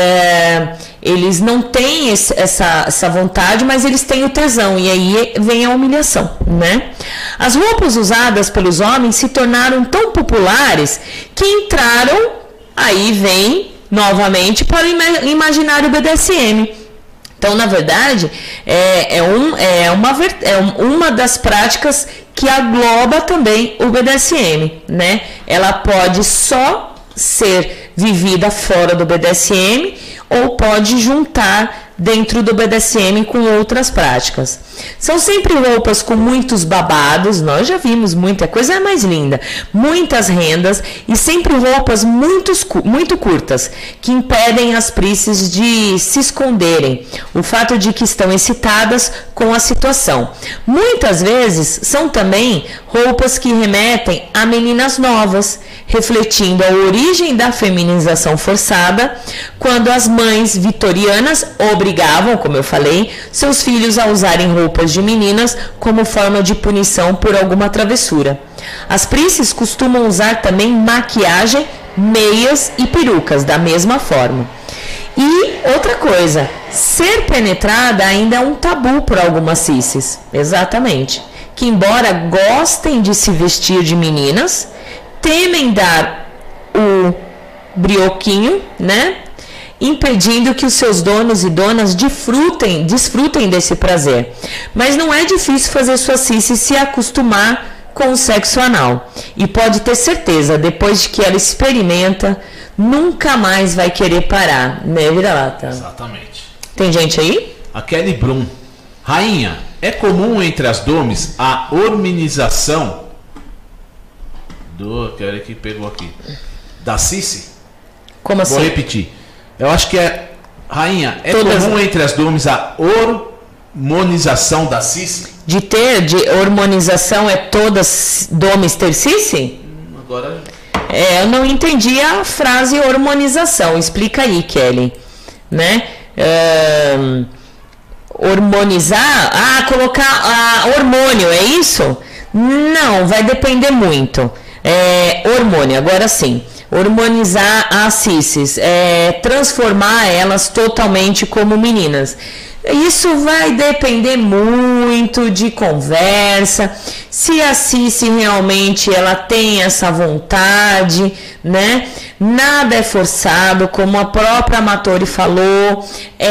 É, eles não têm esse, essa, essa vontade, mas eles têm o tesão, e aí vem a humilhação, né? As roupas usadas pelos homens se tornaram tão populares que entraram, aí vem novamente para o imaginário B D S M, Então, na verdade, é, é, um, é, uma, é uma das práticas que agloba também o B D S M, né? Ela pode só ser vivida fora do B D S M ou pode juntar dentro do B D S M com outras práticas. São sempre roupas com muitos babados, nós já vimos muita coisa mais linda, muitas rendas e sempre roupas muito, muito curtas, que impedem as príncipes de se esconderem, o fato de que estão excitadas com a situação. Muitas vezes são também roupas que remetem a meninas novas, refletindo a origem da feminização forçada, quando as mães vitorianas obrigavam, como eu falei, seus filhos a usarem roupas de meninas como forma de punição por alguma travessura. As príncipes costumam usar também maquiagem, meias e perucas da mesma forma. E outra coisa, ser penetrada ainda é um tabu por algumas cisses, exatamente, que embora gostem de se vestir de meninas, temem dar o brioquinho, né? Impedindo que os seus donos e donas desfrutem, desfrutem desse prazer. Mas não é difícil fazer sua cissi se acostumar com o sexo anal. E pode ter certeza, depois de que ela experimenta, nunca mais vai querer parar, né, vira-lata? Exatamente. Tem gente aí? A Kelly Brum. Rainha, é comum entre as domes a hormonização do... Quero que pegou aqui. Da cissi? Como assim? Vou repetir. Eu acho que é... Rainha, é Todas... comum entre as domes a hormonização da cissi? De ter, de hormonização é todas domes ter cissi? Hum, agora... É, eu não entendi a frase hormonização. Explica aí, Kelly. Né? Um, hormonizar? Ah, colocar ah, hormônio, é isso? Não, vai depender muito. É, hormônio, agora sim. Hormonizar as cissis, é, transformar elas totalmente como meninas. Isso vai depender muito de conversa, se a cissi realmente ela tem essa vontade, né? Nada é forçado, como a própria Amatori falou,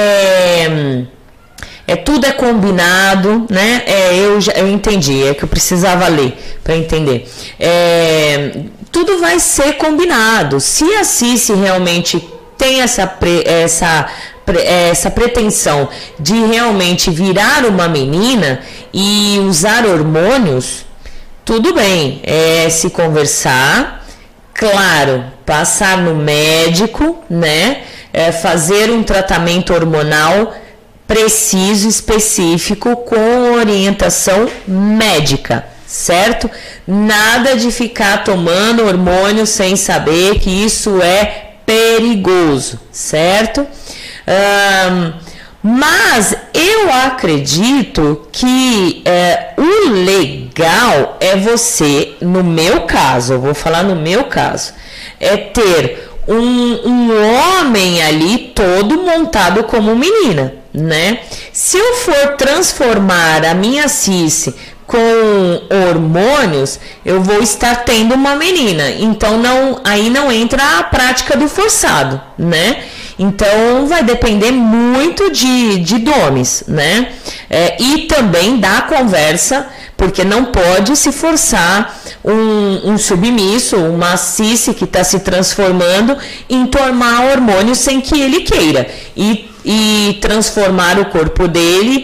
é, é tudo é combinado, né? É, eu, já, eu entendi, é que eu precisava ler para entender. É, tudo vai ser combinado. Se a cissi realmente tem essa, pre, essa, essa pretensão de realmente virar uma menina e usar hormônios, tudo bem, é se conversar, claro, passar no médico, né? É fazer um tratamento hormonal preciso, específico, com orientação médica, certo? Nada de ficar tomando hormônio sem saber que isso é perigoso, certo? Um, mas eu acredito que é, o legal é você, no meu caso, eu vou falar no meu caso, é ter um, um homem ali todo montado como menina, né? Se eu for transformar a minha cissi com hormônios, eu vou estar tendo uma menina. Então não, aí não entra a prática do forçado, né? Então vai depender muito de, de domes, né? É, e também da conversa, porque não pode se forçar um, um submisso, uma cissi que está se transformando em tomar hormônio sem que ele queira. E, e transformar o corpo dele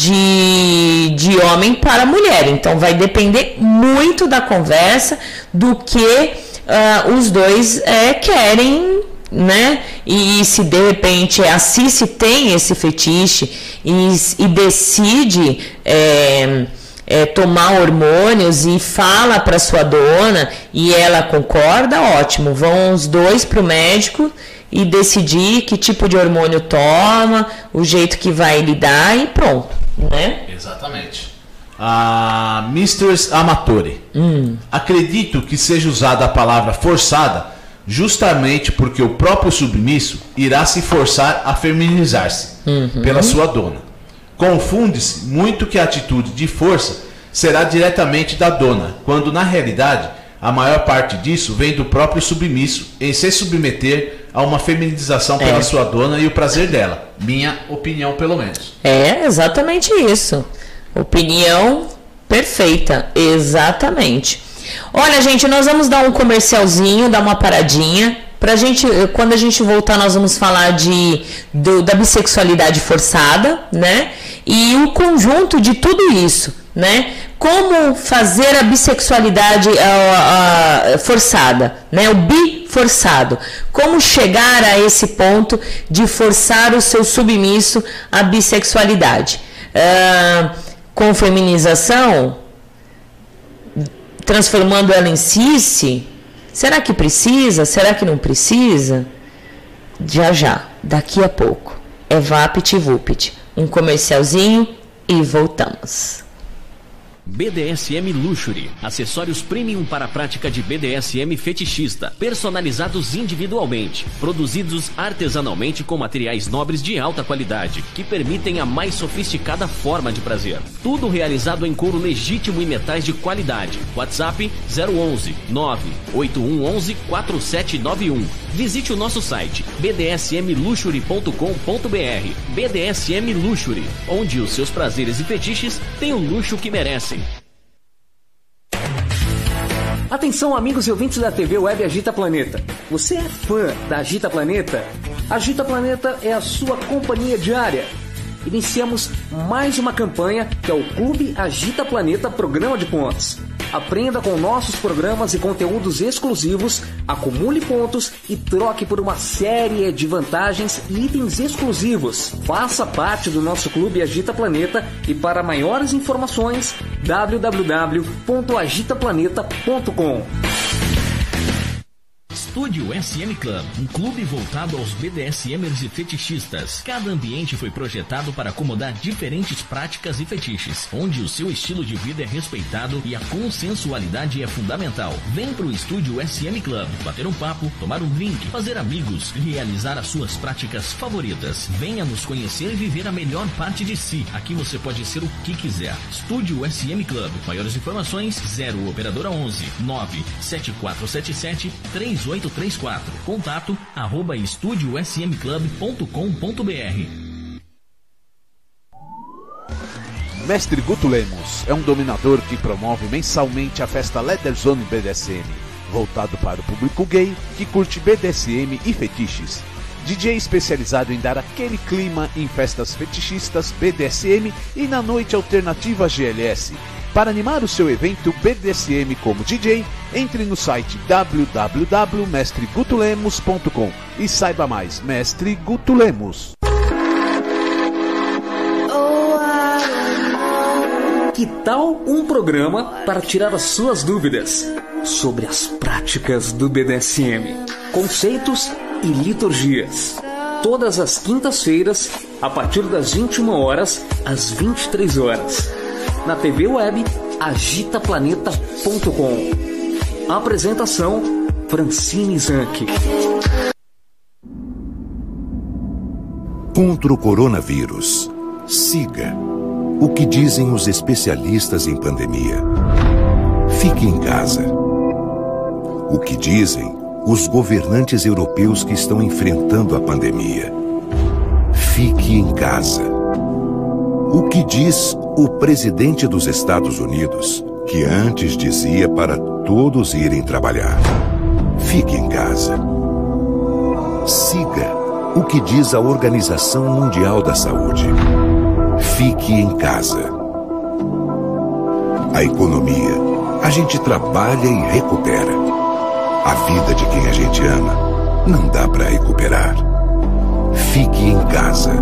de, de homem para mulher. Então vai depender muito da conversa, do que uh, os dois é, querem, né? E se de repente a cissi tem esse fetiche e, e decide é, é, tomar hormônios e fala para sua dona e ela concorda, ótimo, vão os dois para o médico e decidir que tipo de hormônio toma, o jeito que vai lidar e pronto, né? Exatamente. A Mistress Amatori. Hum. Acredito que seja usada a palavra forçada justamente porque o próprio submisso irá se forçar a feminizar-se uhum. pela sua dona. Confunde-se muito que a atitude de força será diretamente da dona, quando na realidade A maior parte disso vem do próprio submisso em se submeter a uma feminização pela é. sua dona e o prazer dela. Minha opinião, pelo menos. É exatamente isso. Opinião perfeita, exatamente. Olha, gente, nós vamos dar um comercialzinho, dar uma paradinha. Pra gente, quando a gente voltar, nós vamos falar de, do, da bissexualidade forçada, né? E o conjunto de tudo isso, né? Como fazer a bissexualidade a, a, forçada, né? O bi forçado. Como chegar a esse ponto de forçar o seu submisso à bissexualidade. Uh, com feminização, transformando ela em cis. Será que precisa? Será que não precisa? Já já, daqui a pouco. É Vapt Vupt. Um comercialzinho e voltamos. B D S M Luxury, acessórios premium para a prática de B D S M fetichista, personalizados individualmente, produzidos artesanalmente com materiais nobres de alta qualidade, que permitem a mais sofisticada forma de prazer. Tudo realizado em couro legítimo e metais de qualidade. WhatsApp zero onze nove oito um um um quatro sete nove um. Visite o nosso site b d s m luxury ponto com ponto b r. B D S M Luxury, onde os seus prazeres e fetiches têm o luxo que merecem. Atenção, amigos e ouvintes da T V Web Agita Planeta. Você é fã da Agita Planeta? Agita Planeta é a sua companhia diária. Iniciamos mais uma campanha que é o Clube Agita Planeta Programa de Pontos. Aprenda com nossos programas e conteúdos exclusivos, acumule pontos e troque por uma série de vantagens e itens exclusivos. Faça parte do nosso Clube Agita Planeta e para maiores informações w w w ponto agita planeta ponto com. Estúdio S M Club, um clube voltado aos B D S Mers e fetichistas. Cada ambiente foi projetado para acomodar diferentes práticas e fetiches, onde o seu estilo de vida é respeitado e a consensualidade é fundamental. Vem pro Estúdio S M Club, bater um papo, tomar um drink, fazer amigos e realizar as suas práticas favoritas. Venha nos conhecer e viver a melhor parte de si. Aqui você pode ser o que quiser. Estúdio S M Club. Maiores informações zero operadora onze nove sete quatro sete sete três oito três quatro. Contato arroba estúdio s m club ponto com ponto b r. Mestre Guto Lemos é um dominador que promove mensalmente a festa Leather Zone B D S M, voltado para o público gay que curte B D S M e fetiches. D J especializado em dar aquele clima em festas fetichistas B D S M e na noite alternativa G L S. Para animar o seu evento B D S M como D J, entre no site w w w ponto mestre guto lemos ponto com e saiba mais. Mestre Guto Lemos. Que tal um programa para tirar as suas dúvidas sobre as práticas do B D S M, conceitos e liturgias? Todas as quintas-feiras, a partir das vinte e uma horas às vinte e três horas. Na T V Web agita planeta ponto com. Apresentação Francine Zanck. Contra o coronavírus, siga o que dizem os especialistas em pandemia. Fique em casa. O que dizem os governantes europeus que estão enfrentando a pandemia. Fique em casa. O que diz o presidente dos Estados Unidos, que antes dizia para todos irem trabalhar? Fique em casa. Siga o que diz a Organização Mundial da Saúde. Fique em casa. A economia, a gente trabalha e recupera. A vida de quem a gente ama, não dá para recuperar. Fique em casa.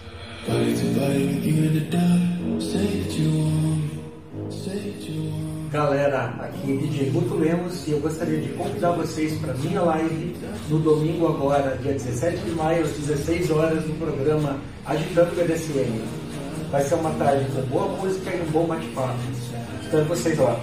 Body to body, you in the dark. Say that you want me. Say that you want me. Galera, aqui é D J Guto Lemos e eu gostaria de convidar vocês para minha live no domingo agora, dia dezessete de maio, às dezesseis horas, no programa Agitando o B D S M. Vai ser uma tarde com boa música e um bom bate-papo. Espero vocês lá.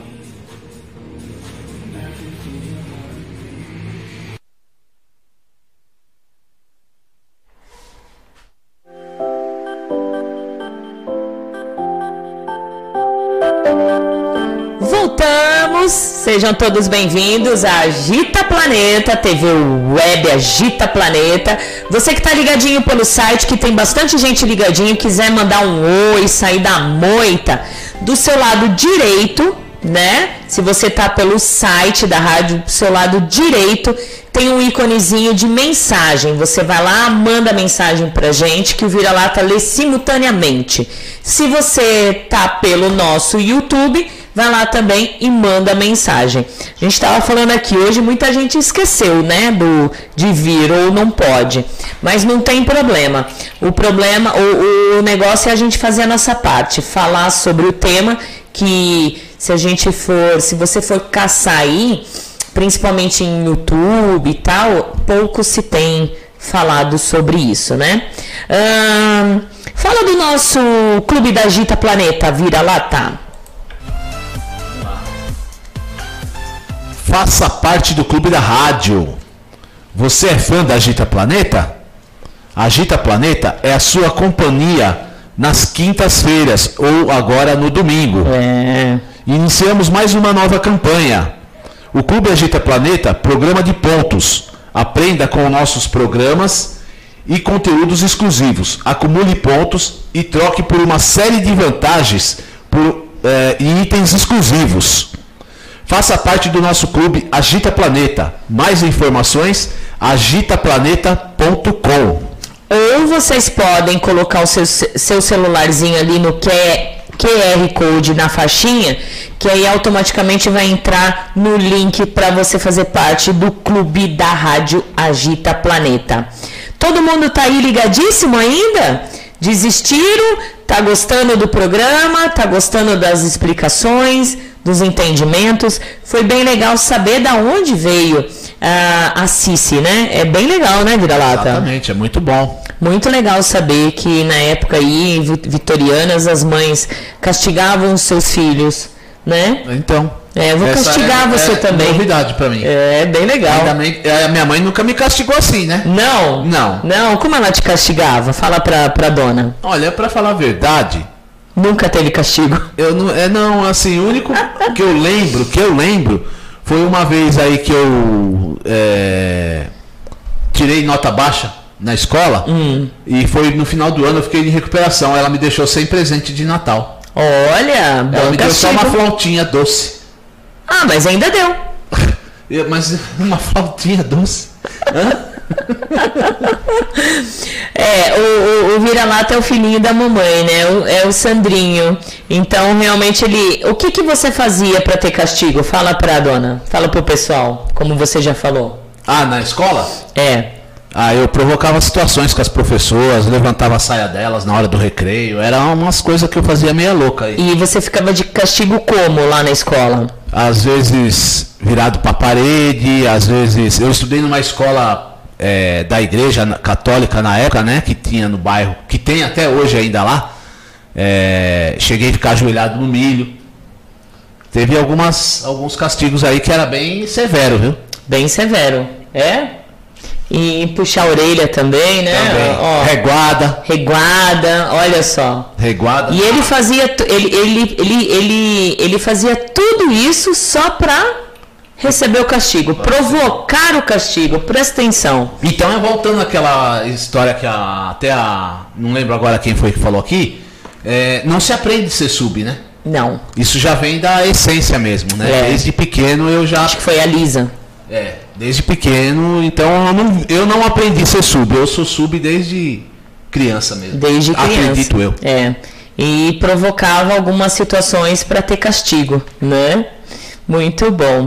Voltamos, sejam todos bem-vindos à Agita Planeta, T V Web Agita Planeta. Você que tá ligadinho pelo site, que tem bastante gente ligadinho, quiser mandar um oi, sair da moita, do seu lado direito, né? Se você tá pelo site da rádio, do seu lado direito, tem um íconezinho de mensagem. Você vai lá, manda mensagem pra gente, que o Vira-Lata lê simultaneamente. Se você tá pelo nosso YouTube, vai lá também e manda mensagem. A gente estava falando aqui hoje, muita gente esqueceu, né, do, de vir ou não pode, mas não tem problema. O problema, o, o negócio é a gente fazer a nossa parte, falar sobre o tema, que se a gente for, se você for caçar aí, principalmente em YouTube e tal, pouco se tem falado sobre isso, né? Hum, fala do nosso Clube da Agita Planeta, Vira-Lata. Faça parte do Clube da Rádio. Você é fã da Agita Planeta? A Agita Planeta é a sua companhia nas quintas-feiras ou agora no domingo. É. Iniciamos mais uma nova campanha. O Clube Agita Planeta, programa de pontos. Aprenda com nossos programas e conteúdos exclusivos. Acumule pontos e troque por uma série de vantagens por, é, e itens exclusivos. Faça parte do nosso clube Agita Planeta. Mais informações, agita planeta ponto com. Ou vocês podem colocar o seu, seu celularzinho ali no Q R Code na faixinha, que aí automaticamente vai entrar no link para você fazer parte do clube da Rádio Agita Planeta. Todo mundo tá aí ligadíssimo ainda? Desistiram? Tá gostando do programa? Tá gostando das explicações, dos entendimentos? Foi bem legal saber da onde veio a, a Cici, né? É bem legal, né, Vira-Lata? Exatamente, é muito bom. Muito legal saber que na época aí, vitorianas, as mães castigavam os seus filhos, né? Então. É, eu vou castigar é, você é também. É novidade pra mim. É, bem legal. Ainda bem, a minha mãe nunca me castigou assim, né? Não? Não. Não, como ela te castigava? Fala pra, pra dona. Olha, pra falar a verdade... Nunca teve castigo? Eu não, é, não, assim, o único que eu lembro, que eu lembro, foi uma vez aí que eu é, tirei nota baixa na escola, hum. e foi no final do ano, eu fiquei de recuperação, ela me deixou sem presente de Natal. Olha, bom ela me castigo. deu só uma flautinha doce. Ah, mas ainda deu. Mas uma flautinha doce? Hã? É, o, o, o Vira-Lata é o filhinho da mamãe, né? O, é o Sandrinho. Então, realmente, ele... O que, que você fazia para ter castigo? Fala pra dona. Fala pro pessoal, como você já falou. Ah, na escola? É. Ah, eu provocava situações com as professoras, levantava a saia delas na hora do recreio. Era umas coisas que eu fazia meia louca aí. E você ficava de castigo como lá na escola? Às vezes virado pra parede, às vezes... Eu estudei numa escola... É, da igreja católica na época, né, que tinha no bairro, que tem até hoje ainda lá. É, cheguei a ficar ajoelhado no milho. Teve algumas, alguns castigos aí que era bem severo, viu? Bem severo, é? E puxar a orelha também, né? Também. Ó, reguada. Reguada, olha só. Reguada. E ele fazia, ele, ele, ele, ele, ele fazia tudo isso só pra receber o castigo, provocar o castigo, presta atenção. Então, é voltando àquela história que a, até a... Não lembro agora quem foi que falou aqui. É, não se aprende a ser sub, né? Não. Isso já vem da essência mesmo, né? É. Desde pequeno eu já... Acho que foi a Lisa. É, desde pequeno, então eu não, eu não aprendi a ser sub. Eu sou sub desde criança mesmo. Desde criança. Acredito eu. É. E provocava algumas situações para ter castigo, né? Muito bom.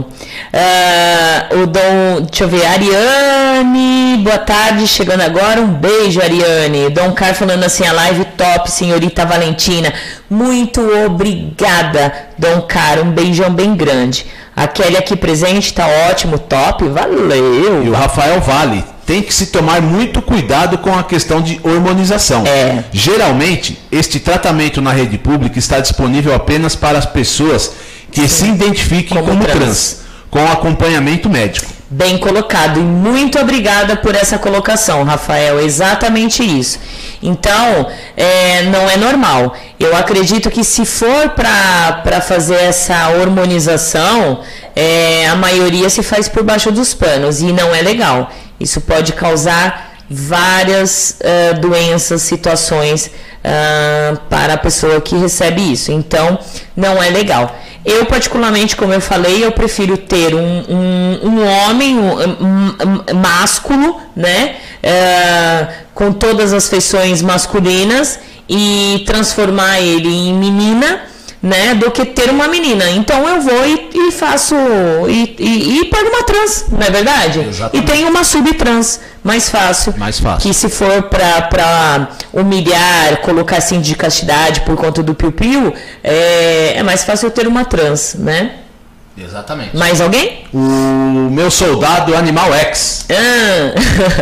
Uh, o Dom, deixa eu ver, Ariane, boa tarde, chegando agora, um beijo, Ariane. Dom Car falando assim, a live top, senhorita Valentina. Muito obrigada, Dom Car, um beijão bem grande. A Kelly aqui presente, tá ótimo, top, valeu. E o Rafael Vale, tem que se tomar muito cuidado com a questão de hormonização. É. Geralmente, este tratamento na rede pública está disponível apenas para as pessoas que Sim. se identifiquem como, como trans. trans, com acompanhamento médico. Bem colocado, e muito obrigada por essa colocação, Rafael, exatamente isso. Então, é, não é normal. Eu acredito que se for para fazer essa hormonização, é, a maioria se faz por baixo dos panos, e não é legal. Isso pode causar várias uh, doenças, situações uh, para a pessoa que recebe isso. Então, não é legal. Eu, particularmente, como eu falei, eu prefiro ter um, um, um homem um, um, um, másculo, né, uh, com todas as feições masculinas e transformar ele em menina, né, do que ter uma menina. Então eu vou e, e faço e, e, e pego uma trans, não é verdade? Exatamente. E tem uma subtrans mais fácil, mais fácil. Que se for para humilhar, colocar assim de castidade por conta do piu-piu, é, é mais fácil eu ter uma trans, né? Exatamente. Mais alguém? O meu soldado Animal X. Ah.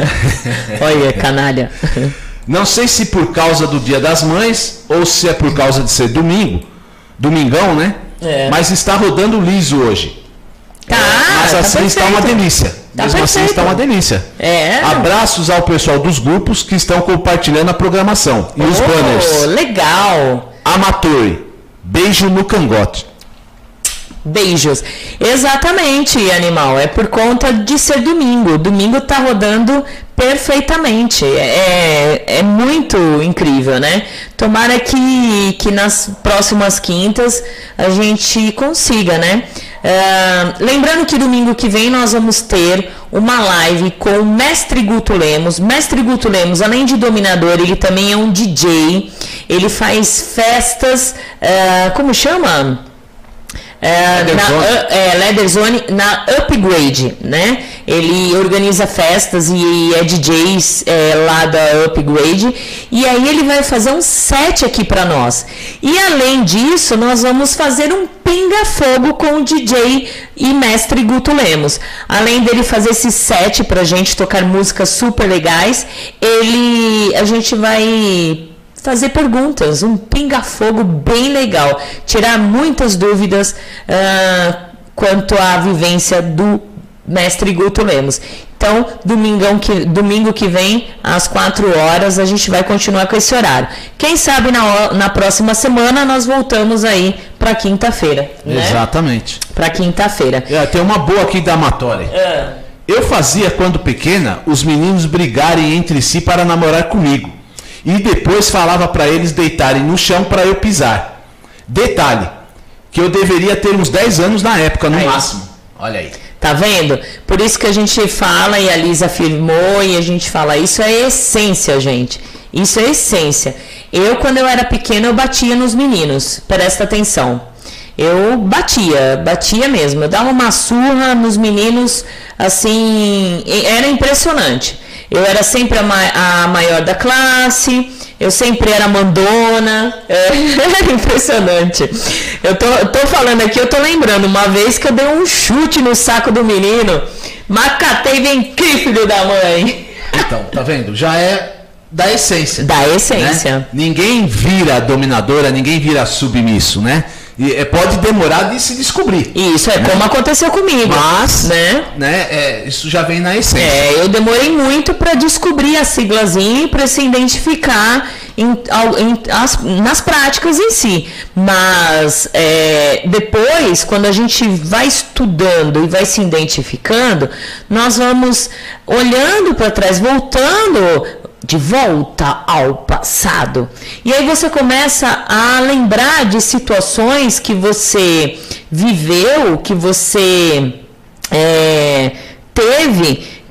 Olha, canalha. Não sei se por causa do Dia das Mães ou se é por causa de ser domingo, domingão, né? É. Mas está rodando liso hoje. Tá, mas assim tá está uma delícia. Tá Mesmo perfeito. assim está uma delícia. É. Abraços ao pessoal dos grupos que estão compartilhando a programação. E oh, os banners. Legal. Amator. Beijo no cangote. Beijos. Exatamente, animal. É por conta de ser domingo. Domingo tá rodando perfeitamente. É, é muito incrível, né? Tomara que, que nas próximas quintas a gente consiga, né? Uh, lembrando que domingo que vem nós vamos ter uma live com o Mestre Guto Lemos. Mestre Guto Lemos, além de dominador, ele também é um D J. Ele faz festas, uh, como chama? É, Leather na, Zone. é, Leather Zone na Upgrade, né? Ele organiza festas e é D Js é, lá da Upgrade, e aí ele vai fazer um set aqui para nós. E além disso, nós vamos fazer um pinga-fogo com o D J e mestre Guto Lemos. Além dele fazer esse set pra gente tocar músicas super legais, ele a gente vai fazer perguntas, um pinga-fogo bem legal, tirar muitas dúvidas uh, quanto à vivência do mestre Guto Lemos. Então, domingão que, domingo que vem, às quatro horas, a gente vai continuar com esse horário. Quem sabe na, na próxima semana nós voltamos aí para quinta-feira. Né? Exatamente. Para quinta-feira. É, tem uma boa aqui da Amatória. É. Eu fazia, quando pequena, os meninos brigarem entre si para namorar comigo. E depois falava para eles deitarem no chão para eu pisar. Detalhe, que eu deveria ter uns dez anos na época, no aí. máximo. Olha aí. Tá vendo? Por isso que a gente fala, e a Lisa afirmou, e a gente fala, isso é essência, gente. Isso é essência. Eu, quando eu era pequena, eu batia nos meninos. Presta atenção. Eu batia, batia mesmo. Eu dava uma surra nos meninos, assim, era impressionante. Eu era sempre a, ma a maior da classe, eu sempre era mandona, é impressionante. Eu tô, tô falando aqui, eu tô lembrando, uma vez que eu dei um chute no saco do menino, macatei, vem aqui, filho da mãe. Então, tá vendo? Já é da essência. Da essência. Né? Ninguém vira dominadora, ninguém vira submisso, né? E é, pode demorar de se descobrir. Isso, é né? Como aconteceu comigo. Mas, né? né é, isso já vem na essência. É, eu demorei muito para descobrir a siglazinha e para se identificar em, em, as, nas práticas em si. Mas é, depois, quando a gente vai estudando e vai se identificando, nós vamos olhando para trás, voltando de volta ao passado. E aí você começa a lembrar de situações que você viveu, que você é, teve,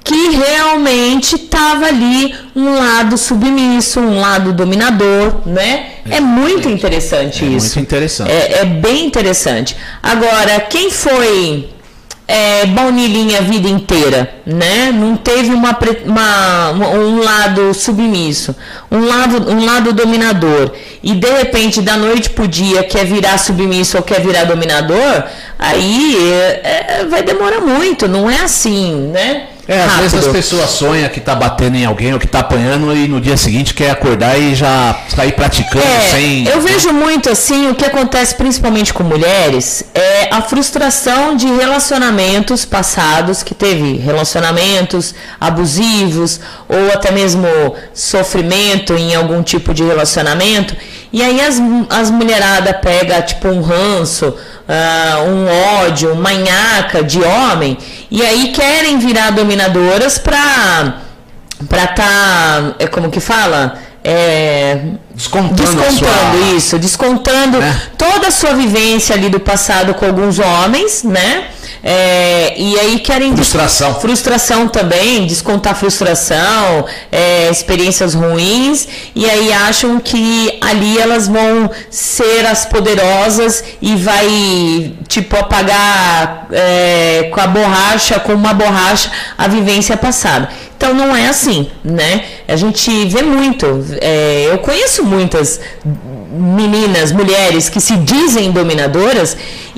que realmente estava ali um lado submisso, um lado dominador, né? É, é muito interessante é isso. Muito interessante. É, é bem interessante. Agora, quem foi é, baunilhinha a vida inteira, né? Não teve uma, uma, um lado submisso, um lado, um lado dominador, e de repente, da noite pro dia, quer virar submisso ou quer virar dominador, aí é, é, vai demorar muito, não é assim, né? É, às Rápido. vezes as pessoas sonham que tá batendo em alguém ou que tá apanhando e no dia seguinte quer acordar e já sair praticando é, sem... Eu vejo muito assim, o que acontece principalmente com mulheres é a frustração de relacionamentos passados, que teve relacionamentos abusivos ou até mesmo sofrimento em algum tipo de relacionamento, e aí as, as mulheradas pegam tipo um ranço, Uh, um ódio, uma nhaca de homem, e aí querem virar dominadoras para para tá, é como que fala? É, descontando, descontando sua... isso, descontando né? toda a sua vivência ali do passado com alguns homens, né? É, e aí querem frustração frustração também, descontar frustração, é, experiências ruins, e aí acham que ali elas vão ser as poderosas e vai tipo apagar é, com a borracha, com uma borracha a vivência passada. Então não é assim, né? A gente vê muito, é, eu conheço muitas meninas, mulheres que se dizem dominadoras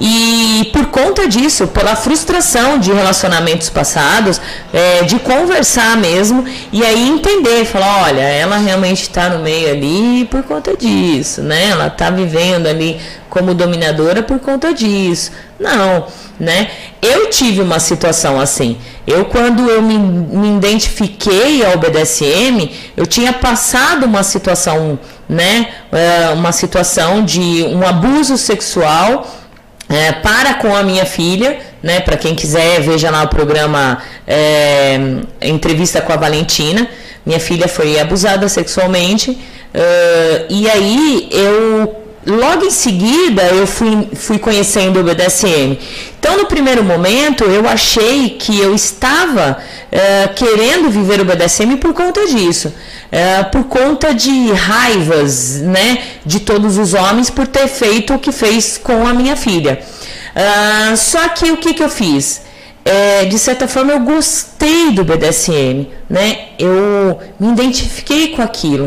e por conta disso, pela frustração de relacionamentos passados, é, de conversar mesmo e aí entender, falar, olha, ela realmente está no meio ali por conta disso, né? Ela está vivendo ali como dominadora por conta disso. Não, né? Eu tive uma situação assim. Eu, quando eu me, me identifiquei ao B D S M, eu tinha passado uma situação, né? Uma situação de um abuso sexual é, para com a minha filha, né? Para quem quiser, veja lá o programa é, Entrevista com a Valentina. Minha filha foi abusada sexualmente uh, e aí eu logo em seguida eu fui, fui conhecendo o B D S M. Então no primeiro momento eu achei que eu estava uh, querendo viver o B D S M por conta disso, uh, por conta de raivas, né, de todos os homens por ter feito o que fez com a minha filha. Uh, só que o que, que eu fiz? É, de certa forma eu gostei do B D S M, né? Eu me identifiquei com aquilo,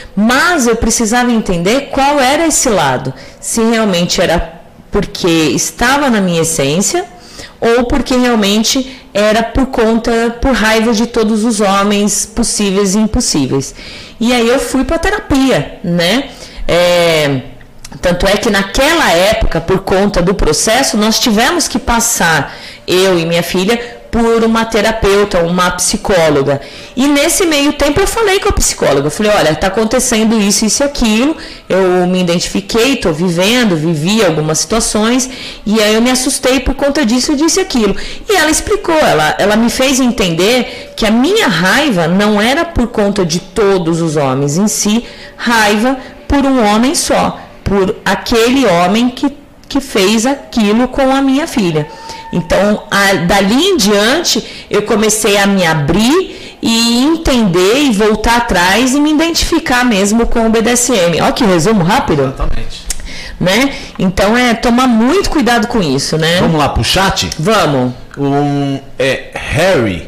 mas eu precisava entender qual era esse lado, se realmente era porque estava na minha essência ou porque realmente era por conta, por raiva de todos os homens possíveis e impossíveis. E aí eu fui para terapia, né? É, tanto é que naquela época, por conta do processo, nós tivemos que passar, eu e minha filha, por uma terapeuta, uma psicóloga. E nesse meio tempo eu falei com a psicóloga, eu falei, olha, está acontecendo isso, isso e aquilo, eu me identifiquei, estou vivendo, vivi algumas situações, e aí eu me assustei por conta disso, disso e aquilo. E ela explicou, ela, ela me fez entender que a minha raiva não era por conta de todos os homens em si, raiva por um homem só, por aquele homem que, que fez aquilo com a minha filha. Então, a, dali em diante, eu comecei a me abrir e entender e voltar atrás e me identificar mesmo com o B D S M. Olha que resumo rápido. Exatamente. Né? Então, é tomar muito cuidado com isso, né? Vamos lá pro chat? Vamos. Um, é, Harry,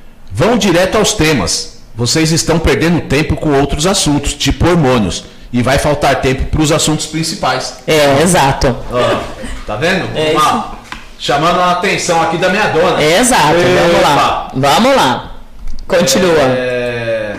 vão direto aos temas. Vocês estão perdendo tempo com outros assuntos, tipo hormônios. E vai faltar tempo para os assuntos principais. É, exato. Ah, tá vendo? É Vamos lá. Chamando a atenção aqui da minha dona. É, exato. Epa. Vamos lá. Vamos lá. Continua. É,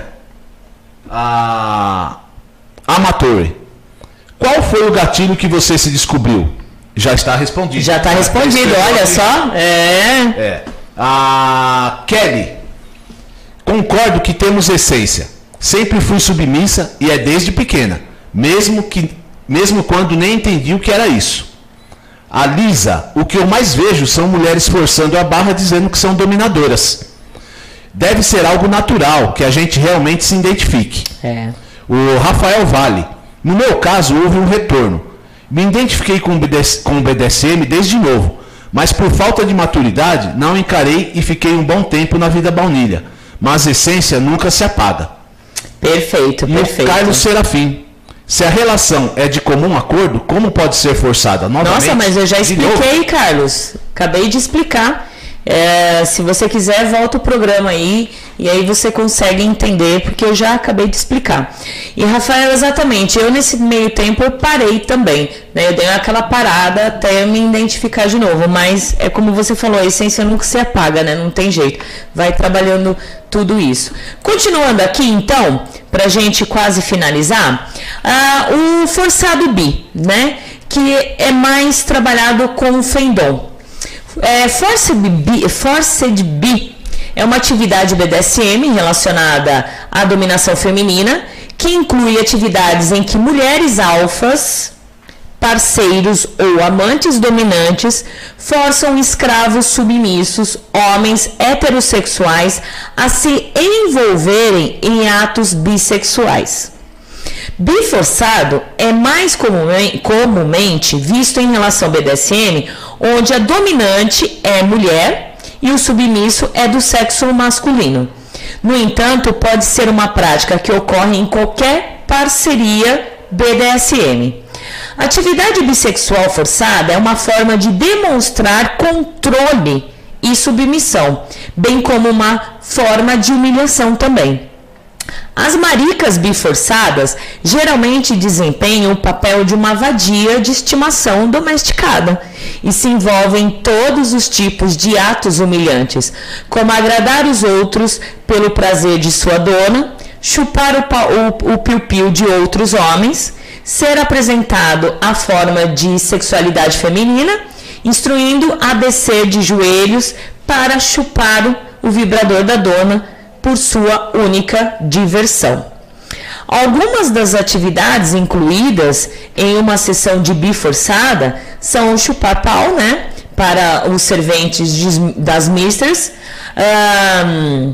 a Amateur. Qual foi o gatilho que você se descobriu? Já está respondido. Já está respondido, olha só. É. É. A Kelly. Concordo que temos essência. Sempre fui submissa e é desde pequena, mesmo, que, mesmo quando nem entendi o que era isso. A Lisa, o que eu mais vejo são mulheres forçando a barra dizendo que são dominadoras. Deve ser algo natural, que a gente realmente se identifique. É. O Rafael Vale, no meu caso houve um retorno. Me identifiquei com o B D S M desde novo, Mas por falta de maturidade, não encarei e fiquei um bom tempo na vida baunilha. Mas a essência nunca se apaga. Perfeito, e perfeito. O Carlos Serafim. Se a relação é de comum acordo, como pode ser forçada? Novamente, Nossa, mas eu já expliquei, Carlos. Acabei de explicar. É, se você quiser, volta o programa aí e aí você consegue entender, porque eu já acabei de explicar. E Rafael, exatamente, eu nesse meio tempo eu parei também, né? Eu dei aquela parada até me identificar de novo, mas é como você falou, a essência nunca se apaga, né? Não tem jeito, vai trabalhando tudo isso. Continuando aqui então, pra gente quase finalizar, ah, o forçado bi, né? Que é mais trabalhado com o Fendon. É, Forced Bi, Forced Bi é uma atividade B D S M relacionada à dominação feminina, que inclui atividades em que mulheres alfas, parceiros ou amantes dominantes forçam escravos submissos, homens heterossexuais, a se envolverem em atos bissexuais. Biforçado é mais comumente visto em relação ao B D S M, onde a dominante é mulher e o submisso é do sexo masculino. No entanto, pode ser uma prática que ocorre em qualquer parceria B D S M. Atividade bissexual forçada é uma forma de demonstrar controle e submissão, bem como uma forma de humilhação também. As maricas biforçadas geralmente desempenham o papel de uma vadia de estimação domesticada e se envolvem em todos os tipos de atos humilhantes, como agradar os outros pelo prazer de sua dona, chupar o, o, o piu-piu de outros homens, ser apresentado à forma de sexualidade feminina, instruindo a descer de joelhos para chupar o, o vibrador da dona, por sua única diversão. Algumas das atividades incluídas em uma sessão de biforçada são o chupar pau, né, para os serventes de, das misters, um,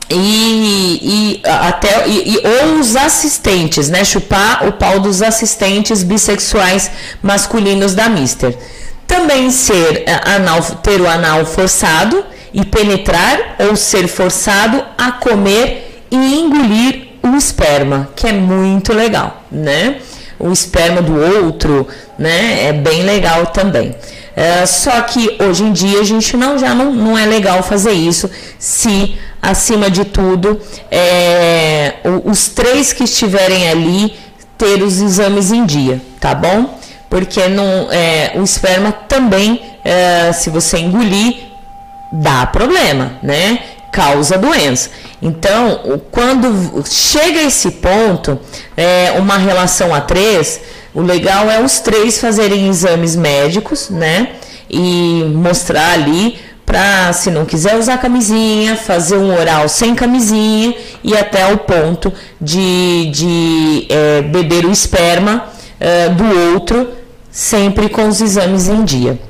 e, e até e, e, ou os assistentes, né, chupar o pau dos assistentes bissexuais masculinos da mister. Também ser anal, ter o anal forçado e penetrar ou ser forçado a comer e engolir o esperma, que é muito legal, né? O esperma do outro, né? É bem legal também. É, só que hoje em dia a gente não, já não, não é legal fazer isso se, acima de tudo, é, os três que estiverem ali ter os exames em dia, tá bom? Porque não, é, o esperma também, é, se você engolir, dá problema, né? Causa doença. Então, quando chega a esse ponto, é, uma relação a três, o legal é os três fazerem exames médicos, né? E mostrar ali para, se não quiser usar camisinha, fazer um oral sem camisinha e até o ponto de, de é, beber o esperma é, do outro, sempre com os exames em dia.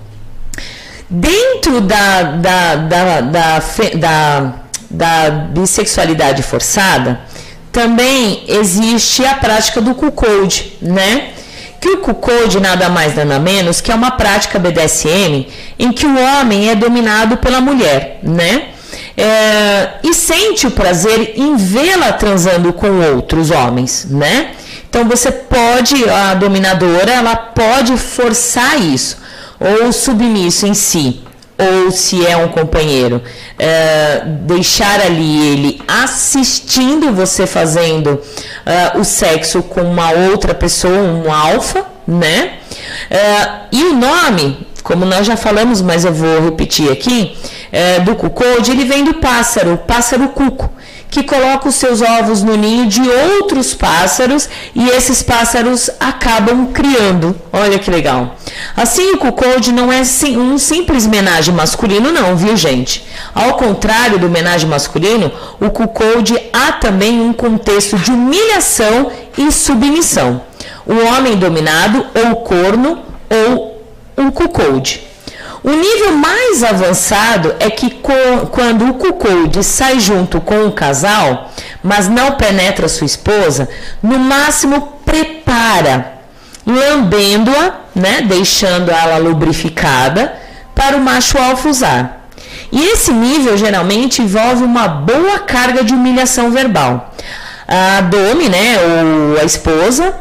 Dentro da, da, da, da, da, da bissexualidade forçada, também existe a prática do cuckold, né? Que o cuckold nada mais nada menos que é uma prática B D S M em que o homem é dominado pela mulher, né? É, e sente o prazer em vê-la transando com outros homens, né? Então você pode, a dominadora, ela pode forçar isso, ou o submisso em si, ou se é um companheiro, é, deixar ali ele assistindo você fazendo é, o sexo com uma outra pessoa, um alfa, né? É, e o nome, como nós já falamos, mas eu vou repetir aqui, é, do cuckold, ele vem do pássaro, o pássaro cuco, que coloca os seus ovos no ninho de outros pássaros e esses pássaros acabam criando. Olha que legal. Assim, o cuckold não é um simples homenagem masculino não, viu, gente? Ao contrário do homenagem masculino, o cuckold há também um contexto de humilhação e submissão. O homem dominado, ou corno, ou um cuckold. O nível mais avançado é que quando o cuckold sai junto com o casal, mas não penetra sua esposa, no máximo prepara, lambendo-a, né, deixando ela lubrificada, para o macho alfa usar. E esse nível geralmente envolve uma boa carga de humilhação verbal. A Domi, né, ou a esposa,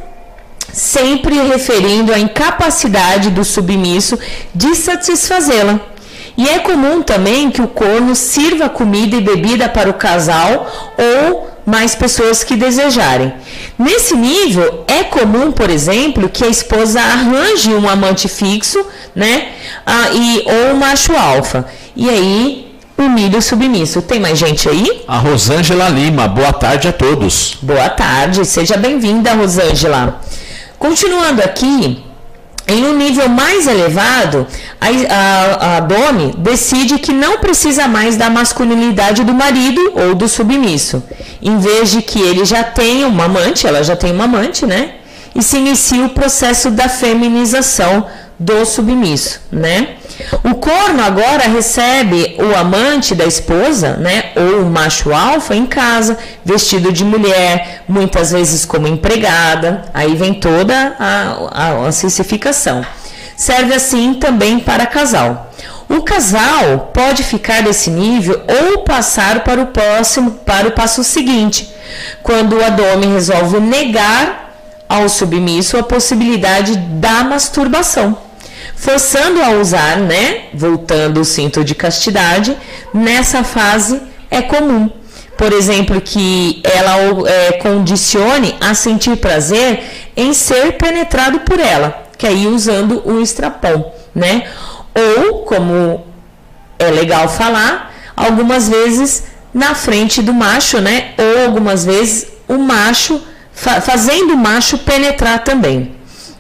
sempre referindo à incapacidade do submisso de satisfazê-la. E é comum também que o corno sirva comida e bebida para o casal ou mais pessoas que desejarem. Nesse nível, é comum, por exemplo, que a esposa arranje um amante fixo, né, ah, e, ou um macho alfa. E aí, humilha o submisso. Tem mais gente aí? A Rosângela Lima, boa tarde a todos. Boa tarde, seja bem-vinda, Rosângela. Continuando aqui, em um nível mais elevado, a, a, a Domi decide que não precisa mais da masculinidade do marido ou do submisso. Em vez de que ele já tenha uma amante, ela já tem uma amante, né? E se inicia o processo da feminização do submisso, né? O corno agora recebe o amante da esposa, né, ou o macho alfa em casa, vestido de mulher, muitas vezes como empregada. Aí vem toda a, a, a cissificação. Serve assim também para casal. O casal pode ficar nesse nível ou passar para o próximo, para o passo seguinte, quando a Domi resolve negar ao submisso a possibilidade da masturbação, forçando a usar, né, voltando o cinto de castidade. Nessa fase é comum, por exemplo, que ela é, condicione a sentir prazer em ser penetrado por ela, que aí usando o estrapão, né? Ou, como é legal falar, algumas vezes na frente do macho, né? Ou algumas vezes o macho, fa- fazendo o macho penetrar também.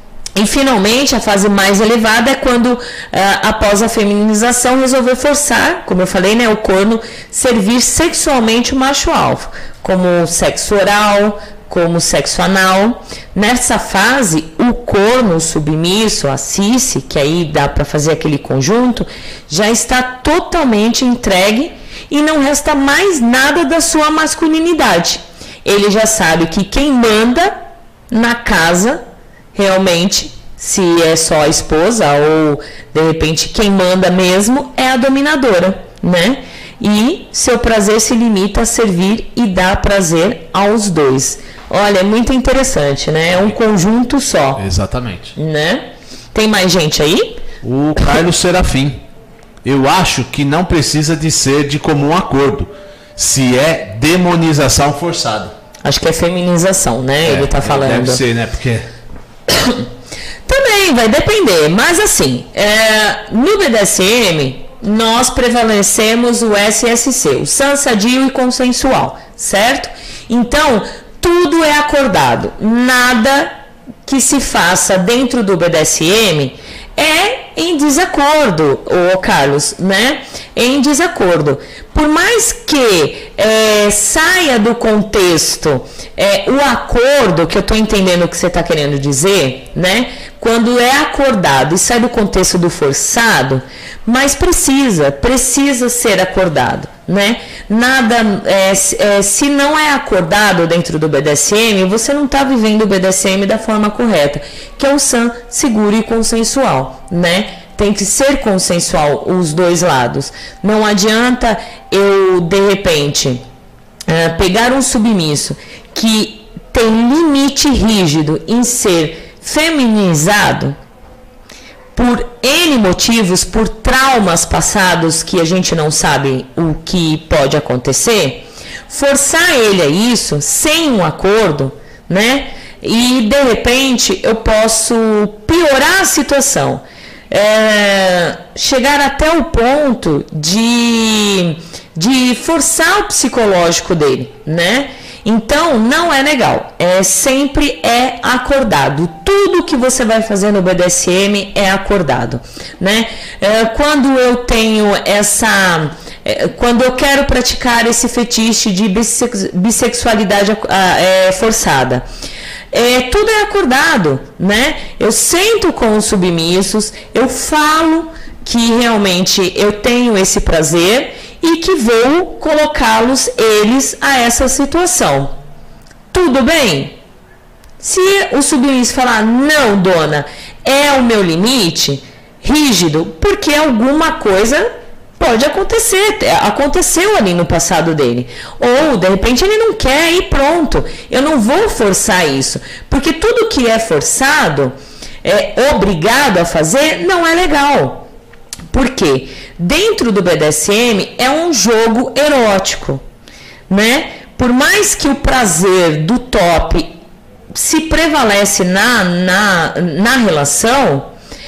E finalmente a fase mais elevada é quando, uh, após a feminização, resolver forçar, como eu falei, né, o corno servir sexualmente o macho alfa, como sexo oral, como sexo anal. Nessa fase, o corno submisso, a cissi, que aí dá para fazer aquele conjunto, já está totalmente entregue e não resta mais nada da sua masculinidade. Ele já sabe que quem manda na casa realmente, se é só a esposa ou de repente quem manda mesmo é a dominadora, né? E seu prazer se limita a servir e dar prazer aos dois. Olha, é muito interessante, né? É um conjunto só. Exatamente. Né? Tem mais gente aí? O Carlos Serafim. Eu acho que não precisa de ser de comum acordo, se é demonização forçada. Acho que é feminização, né? É, ele tá falando. Deve ser, né? Porque... Também vai depender, mas assim, é, no B D S M nós prevalecemos o S S C, o sã, sadio e consensual, certo? Então, tudo é acordado, nada que se faça dentro do B D S M é em desacordo, ô Carlos, né? Em desacordo. Por mais que é, saia do contexto é, o acordo, que eu estou entendendo o que você está querendo dizer, né? Quando é acordado e sai do contexto do forçado, mas precisa, precisa ser acordado, né? Nada, é, é, se não é acordado dentro do B D S M, você não está vivendo o B D S M da forma correta, que é o sã, seguro e consensual, né? Tem que ser consensual os dois lados. Não adianta eu, de repente, uh, pegar um submisso que tem limite rígido em ser feminizado por N motivos, por traumas passados que a gente não sabe o que pode acontecer, forçar ele a isso sem um acordo, né? E de repente eu posso piorar a situação. É, chegar até o ponto de, de forçar o psicológico dele, né? Então não é legal, é, sempre é acordado. Tudo que você vai fazer no B D S M é acordado, né? É, quando eu tenho essa, é, quando eu quero praticar esse fetiche de bissex, bissexualidade é, forçada, É, tudo é acordado, né? Eu sento com os submissos, eu falo que realmente eu tenho esse prazer e que vou colocá-los, eles, a essa situação. Tudo bem? Se o submisso falar, não, dona, é o meu limite, rígido, porque alguma coisa pode acontecer, aconteceu ali no passado dele. Ou, de repente, ele não quer e pronto. Eu não vou forçar isso, porque tudo que é forçado, é obrigado a fazer, não é legal. Por quê? Dentro do B D S M é um jogo erótico, né? Por mais que o prazer do top se prevalece na, na, na relação,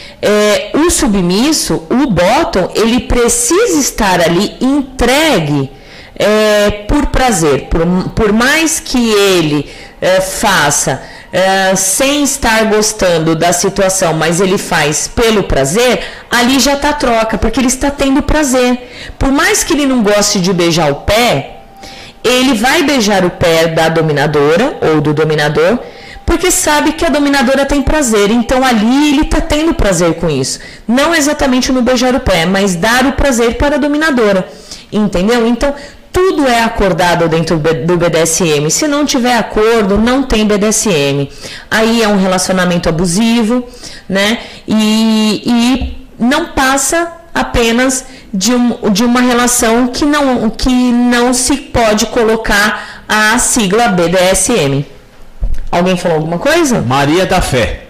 é, o submisso, o bottom, ele precisa estar ali entregue é, por prazer. Por, por mais que ele é, faça é, sem estar gostando da situação, mas ele faz pelo prazer, ali já está troca, porque ele está tendo prazer. Por mais que ele não goste de beijar o pé, ele vai beijar o pé da dominadora ou do dominador, porque sabe que a dominadora tem prazer. Então ali ele está tendo prazer com isso. Não exatamente no beijar o pé, mas dar o prazer para a dominadora. Entendeu? Então tudo é acordado dentro do B D S M. Se não tiver acordo, não tem B D S M. Aí é um relacionamento abusivo, né? E, e não passa apenas de, um, de uma relação que não, que não se pode colocar a sigla B D S M. Alguém falou alguma coisa? Maria da Fé.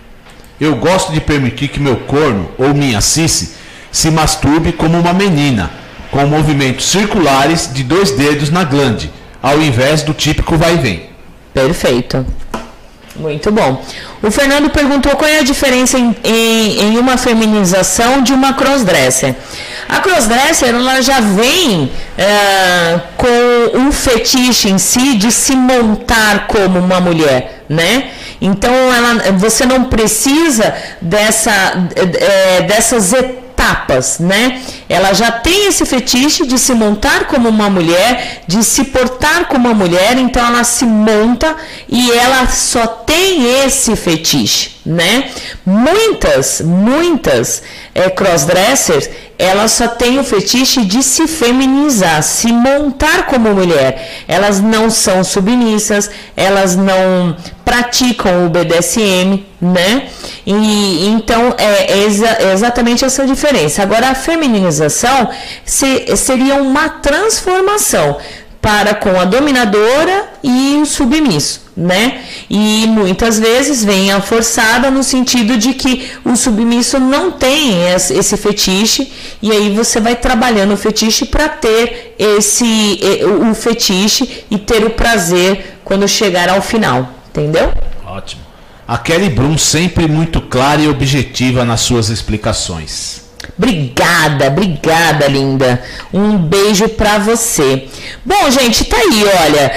Eu gosto de permitir que meu corno ou minha cici se masturbe como uma menina, com movimentos circulares de dois dedos na glande, ao invés do típico vai e vem. Perfeito. Muito bom. O Fernando perguntou qual é a diferença em, em, em uma feminização de uma crossdresser. A crossdresser, ela já vem é, com um fetiche em si de se montar como uma mulher, né? Então, ela, você não precisa dessa, é, dessas etapas, né? Ela já tem esse fetiche de se montar como uma mulher, de se portar como uma mulher, então ela se monta e ela só tem esse fetiche, né? Muitas, muitas é, crossdressers, elas só têm o fetiche de se feminizar, se montar como mulher. Elas não são submissas, elas não praticam o B D S M, né? E então é, é, exa é exatamente essa diferença. Agora, a feminização se, seria uma transformação para com a dominadora e o submisso, né? E muitas vezes vem a forçada no sentido de que o submisso não tem esse fetiche, e aí você vai trabalhando o fetiche para ter esse o fetiche e ter o prazer quando chegar ao final, entendeu? Ótimo. A Kelly Brum sempre muito clara e objetiva nas suas explicações. Obrigada, obrigada, linda. Um beijo pra você. Bom, gente, tá aí, olha.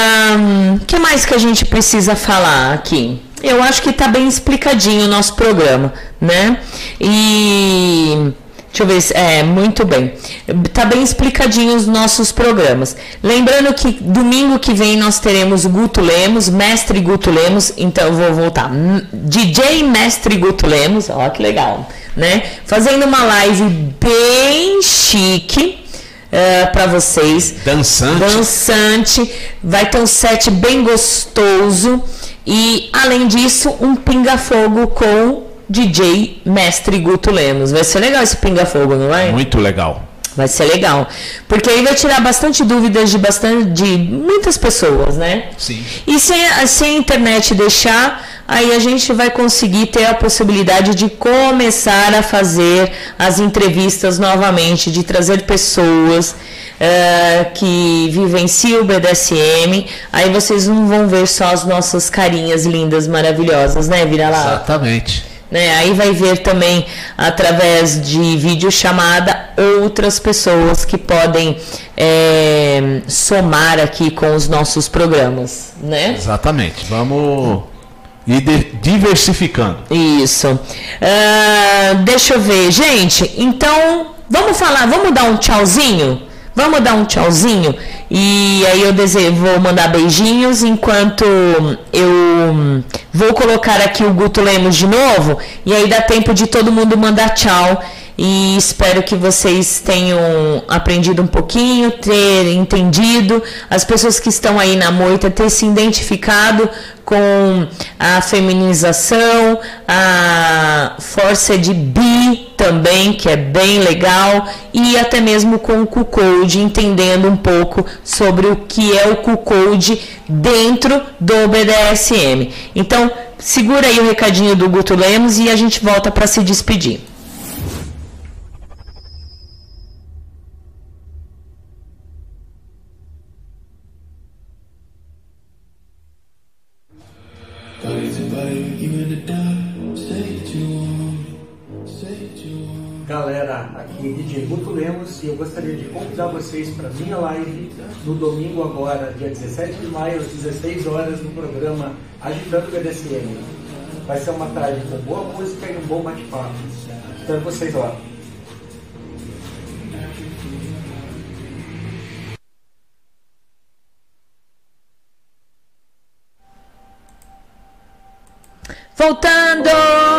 O um, que mais que a gente precisa falar aqui? Eu acho que tá bem explicadinho o nosso programa, né? E... deixa eu ver se... É, muito bem. Tá bem explicadinho os nossos programas. Lembrando que domingo que vem nós teremos o Guto Lemos, Mestre Guto Lemos. Então eu vou voltar. D J Mestre Guto Lemos. Ó, que legal, né? Fazendo uma live bem chique uh, para vocês. Dançante. Dançante. Vai ter um set bem gostoso. E, além disso, um pinga-fogo com D J Mestre Guto Lemos. Vai ser legal esse pinga-fogo, não é? Muito legal. Vai ser legal. Porque aí vai tirar bastante dúvidas de, bastante, de muitas pessoas, né? Sim. E se, se a internet deixar, aí a gente vai conseguir ter a possibilidade de começar a fazer as entrevistas novamente, de trazer pessoas uh, que vivenciam o B D S M. Aí vocês não vão ver só as nossas carinhas lindas, maravilhosas, né, Vira-Lata? Exatamente. Né? Aí vai ver também, através de videochamada, outras pessoas que podem é, somar aqui com os nossos programas, né? Exatamente. Vamos ir diversificando. Isso. Uh, deixa eu ver. Gente, então, vamos falar, vamos dar um tchauzinho? Vamos dar um tchauzinho? E aí eu desejo, vou mandar beijinhos enquanto eu vou colocar aqui o Guto Lemos de novo. E aí dá tempo de todo mundo mandar tchau. e espero que vocês tenham aprendido um pouquinho, ter entendido, as pessoas que estão aí na moita ter se identificado com a feminização, a força de bi também, que é bem legal, e até mesmo com o Q-Code, entendendo um pouco sobre o que é o Q-Code dentro do B D S M. Então, segura aí o recadinho do Guto Lemos e a gente volta para se despedir. Galera, aqui é D J Guto Lemos e eu gostaria de convidar vocês para minha live no domingo agora, dia dezessete de maio, às dezesseis horas, no programa Agitando o B D S M. Vai ser uma tarde com boa música e um bom bate-papo. Espero vocês lá. Voltando!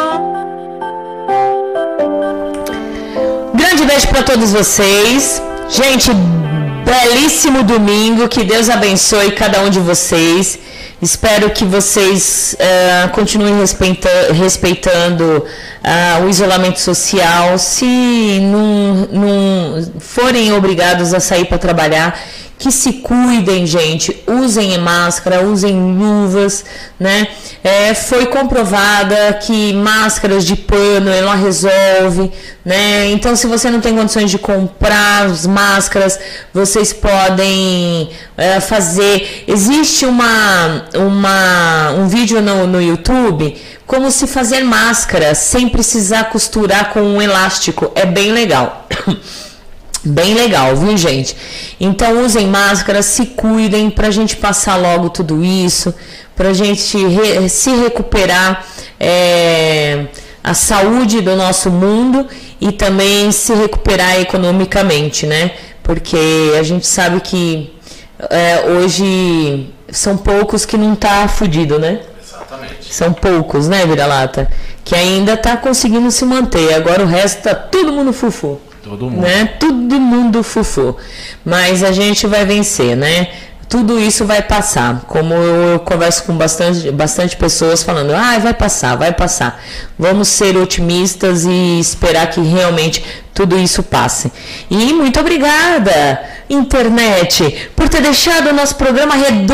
Grande beijo para todos vocês. Gente, belíssimo domingo. Que Deus abençoe cada um de vocês. Espero que vocês uh, continuem respeita respeitando uh, o isolamento social. Se não, não forem obrigados a sair para trabalhar, que se cuidem, gente, usem máscara, usem luvas, né? É, foi comprovada que máscaras de pano, ela resolve, né? Então, se você não tem condições de comprar as máscaras, vocês podem é, fazer. Existe uma, uma, um vídeo no, no YouTube, como se fazer máscara sem precisar costurar com um elástico. É bem legal. Bem legal, viu, gente? Então usem máscara, se cuidem pra gente passar logo tudo isso, pra gente re se recuperar é, a saúde do nosso mundo e também se recuperar economicamente, né? Porque a gente sabe que é, hoje são poucos que não tá fudido, né? Exatamente. São poucos, né, vira-lata? Que ainda tá conseguindo se manter. Agora o resto tá todo mundo fufu. Todo mundo. Né? Todo mundo fufu. Mas a gente vai vencer, né? Tudo isso vai passar. Como eu converso com bastante, bastante pessoas falando, ah, vai passar, vai passar. Vamos ser otimistas e esperar que realmente tudo isso passe. E muito obrigada, internet, por ter deixado o nosso programa redondo.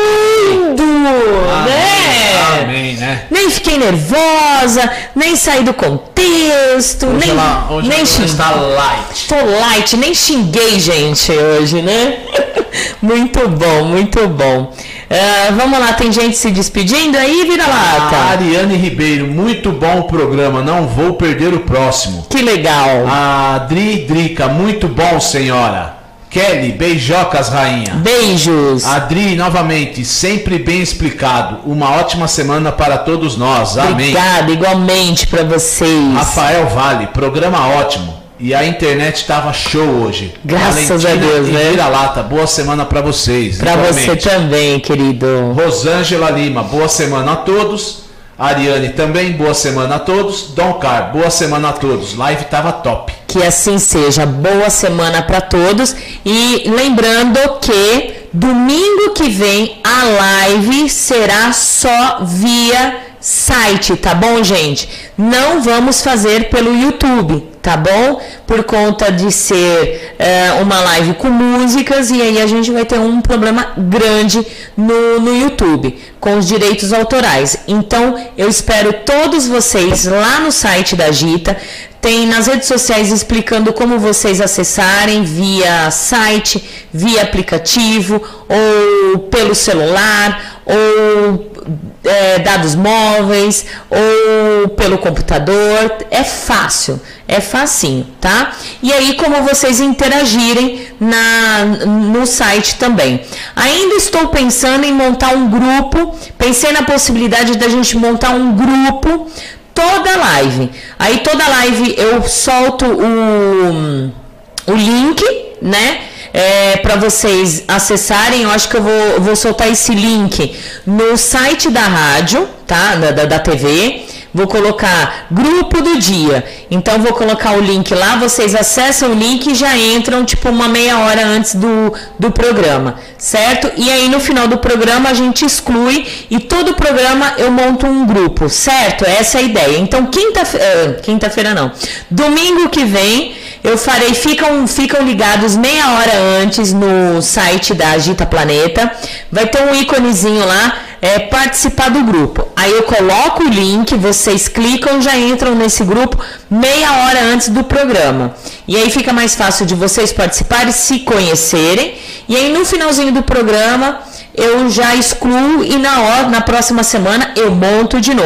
Amém, né? Amém, né? Nem fiquei nervosa, nem saí do contexto, hoje nem, ela, hoje nem xinguei. Está light. Tô light, nem xinguei, gente, hoje, né? Muito bom, muito bom. Uh, vamos lá, tem gente se despedindo aí, vira-lata. A Ariane Ribeiro, muito bom o programa, não vou perder o próximo. Que legal. A Dri Drica, muito bom, senhora. Kelly, beijocas, rainha. Beijos. Adri, novamente, sempre bem explicado. Uma ótima semana para todos nós. Amém. Obrigada, igualmente para vocês. Rafael Vale, programa ótimo. E a internet estava show hoje. Graças Valentina a Deus, e né? Vira-lata, boa semana para vocês. Para você também, querido. Rosângela Lima, boa semana a todos. Ariane também, boa semana a todos. Dom Car, boa semana a todos. Live tava top. Que assim seja, boa semana para todos. E lembrando que domingo que vem a live será só via site, tá bom, gente? Não vamos fazer pelo YouTube, tá bom? Por conta de ser é, uma live com músicas, e aí a gente vai ter um problema grande no, no YouTube, com os direitos autorais. Então, eu espero todos vocês lá no site da Agita. Tem nas redes sociais explicando como vocês acessarem via site, via aplicativo, ou pelo celular, ou é, dados móveis, ou pelo computador. É fácil, é facinho, tá? E aí como vocês interagirem na, no site também. Ainda estou pensando em montar um grupo, pensei na possibilidade da gente montar um grupo toda live. Aí toda live eu solto o, o link, né? É, para vocês acessarem. Eu acho que eu vou, vou soltar esse link no site da rádio, tá? Da, da, da T V. vou colocar grupo do dia. Então vou colocar o link lá, vocês acessam o link e já entram tipo uma meia hora antes do, do programa, certo? E aí no final do programa a gente exclui e todo programa eu monto um grupo, certo? Essa é a ideia. Então quinta-feira, quinta-feira não, domingo que vem eu farei, ficam, ficam ligados meia hora antes no site da Agita Planeta, vai ter um íconezinho lá, é, participar do grupo. Aí eu coloco o link, vocês clicam, já entram nesse grupo meia hora antes do programa. E aí fica mais fácil de vocês participarem, se conhecerem. E aí no finalzinho do programa eu já excluo e na hora, na próxima semana eu monto de novo.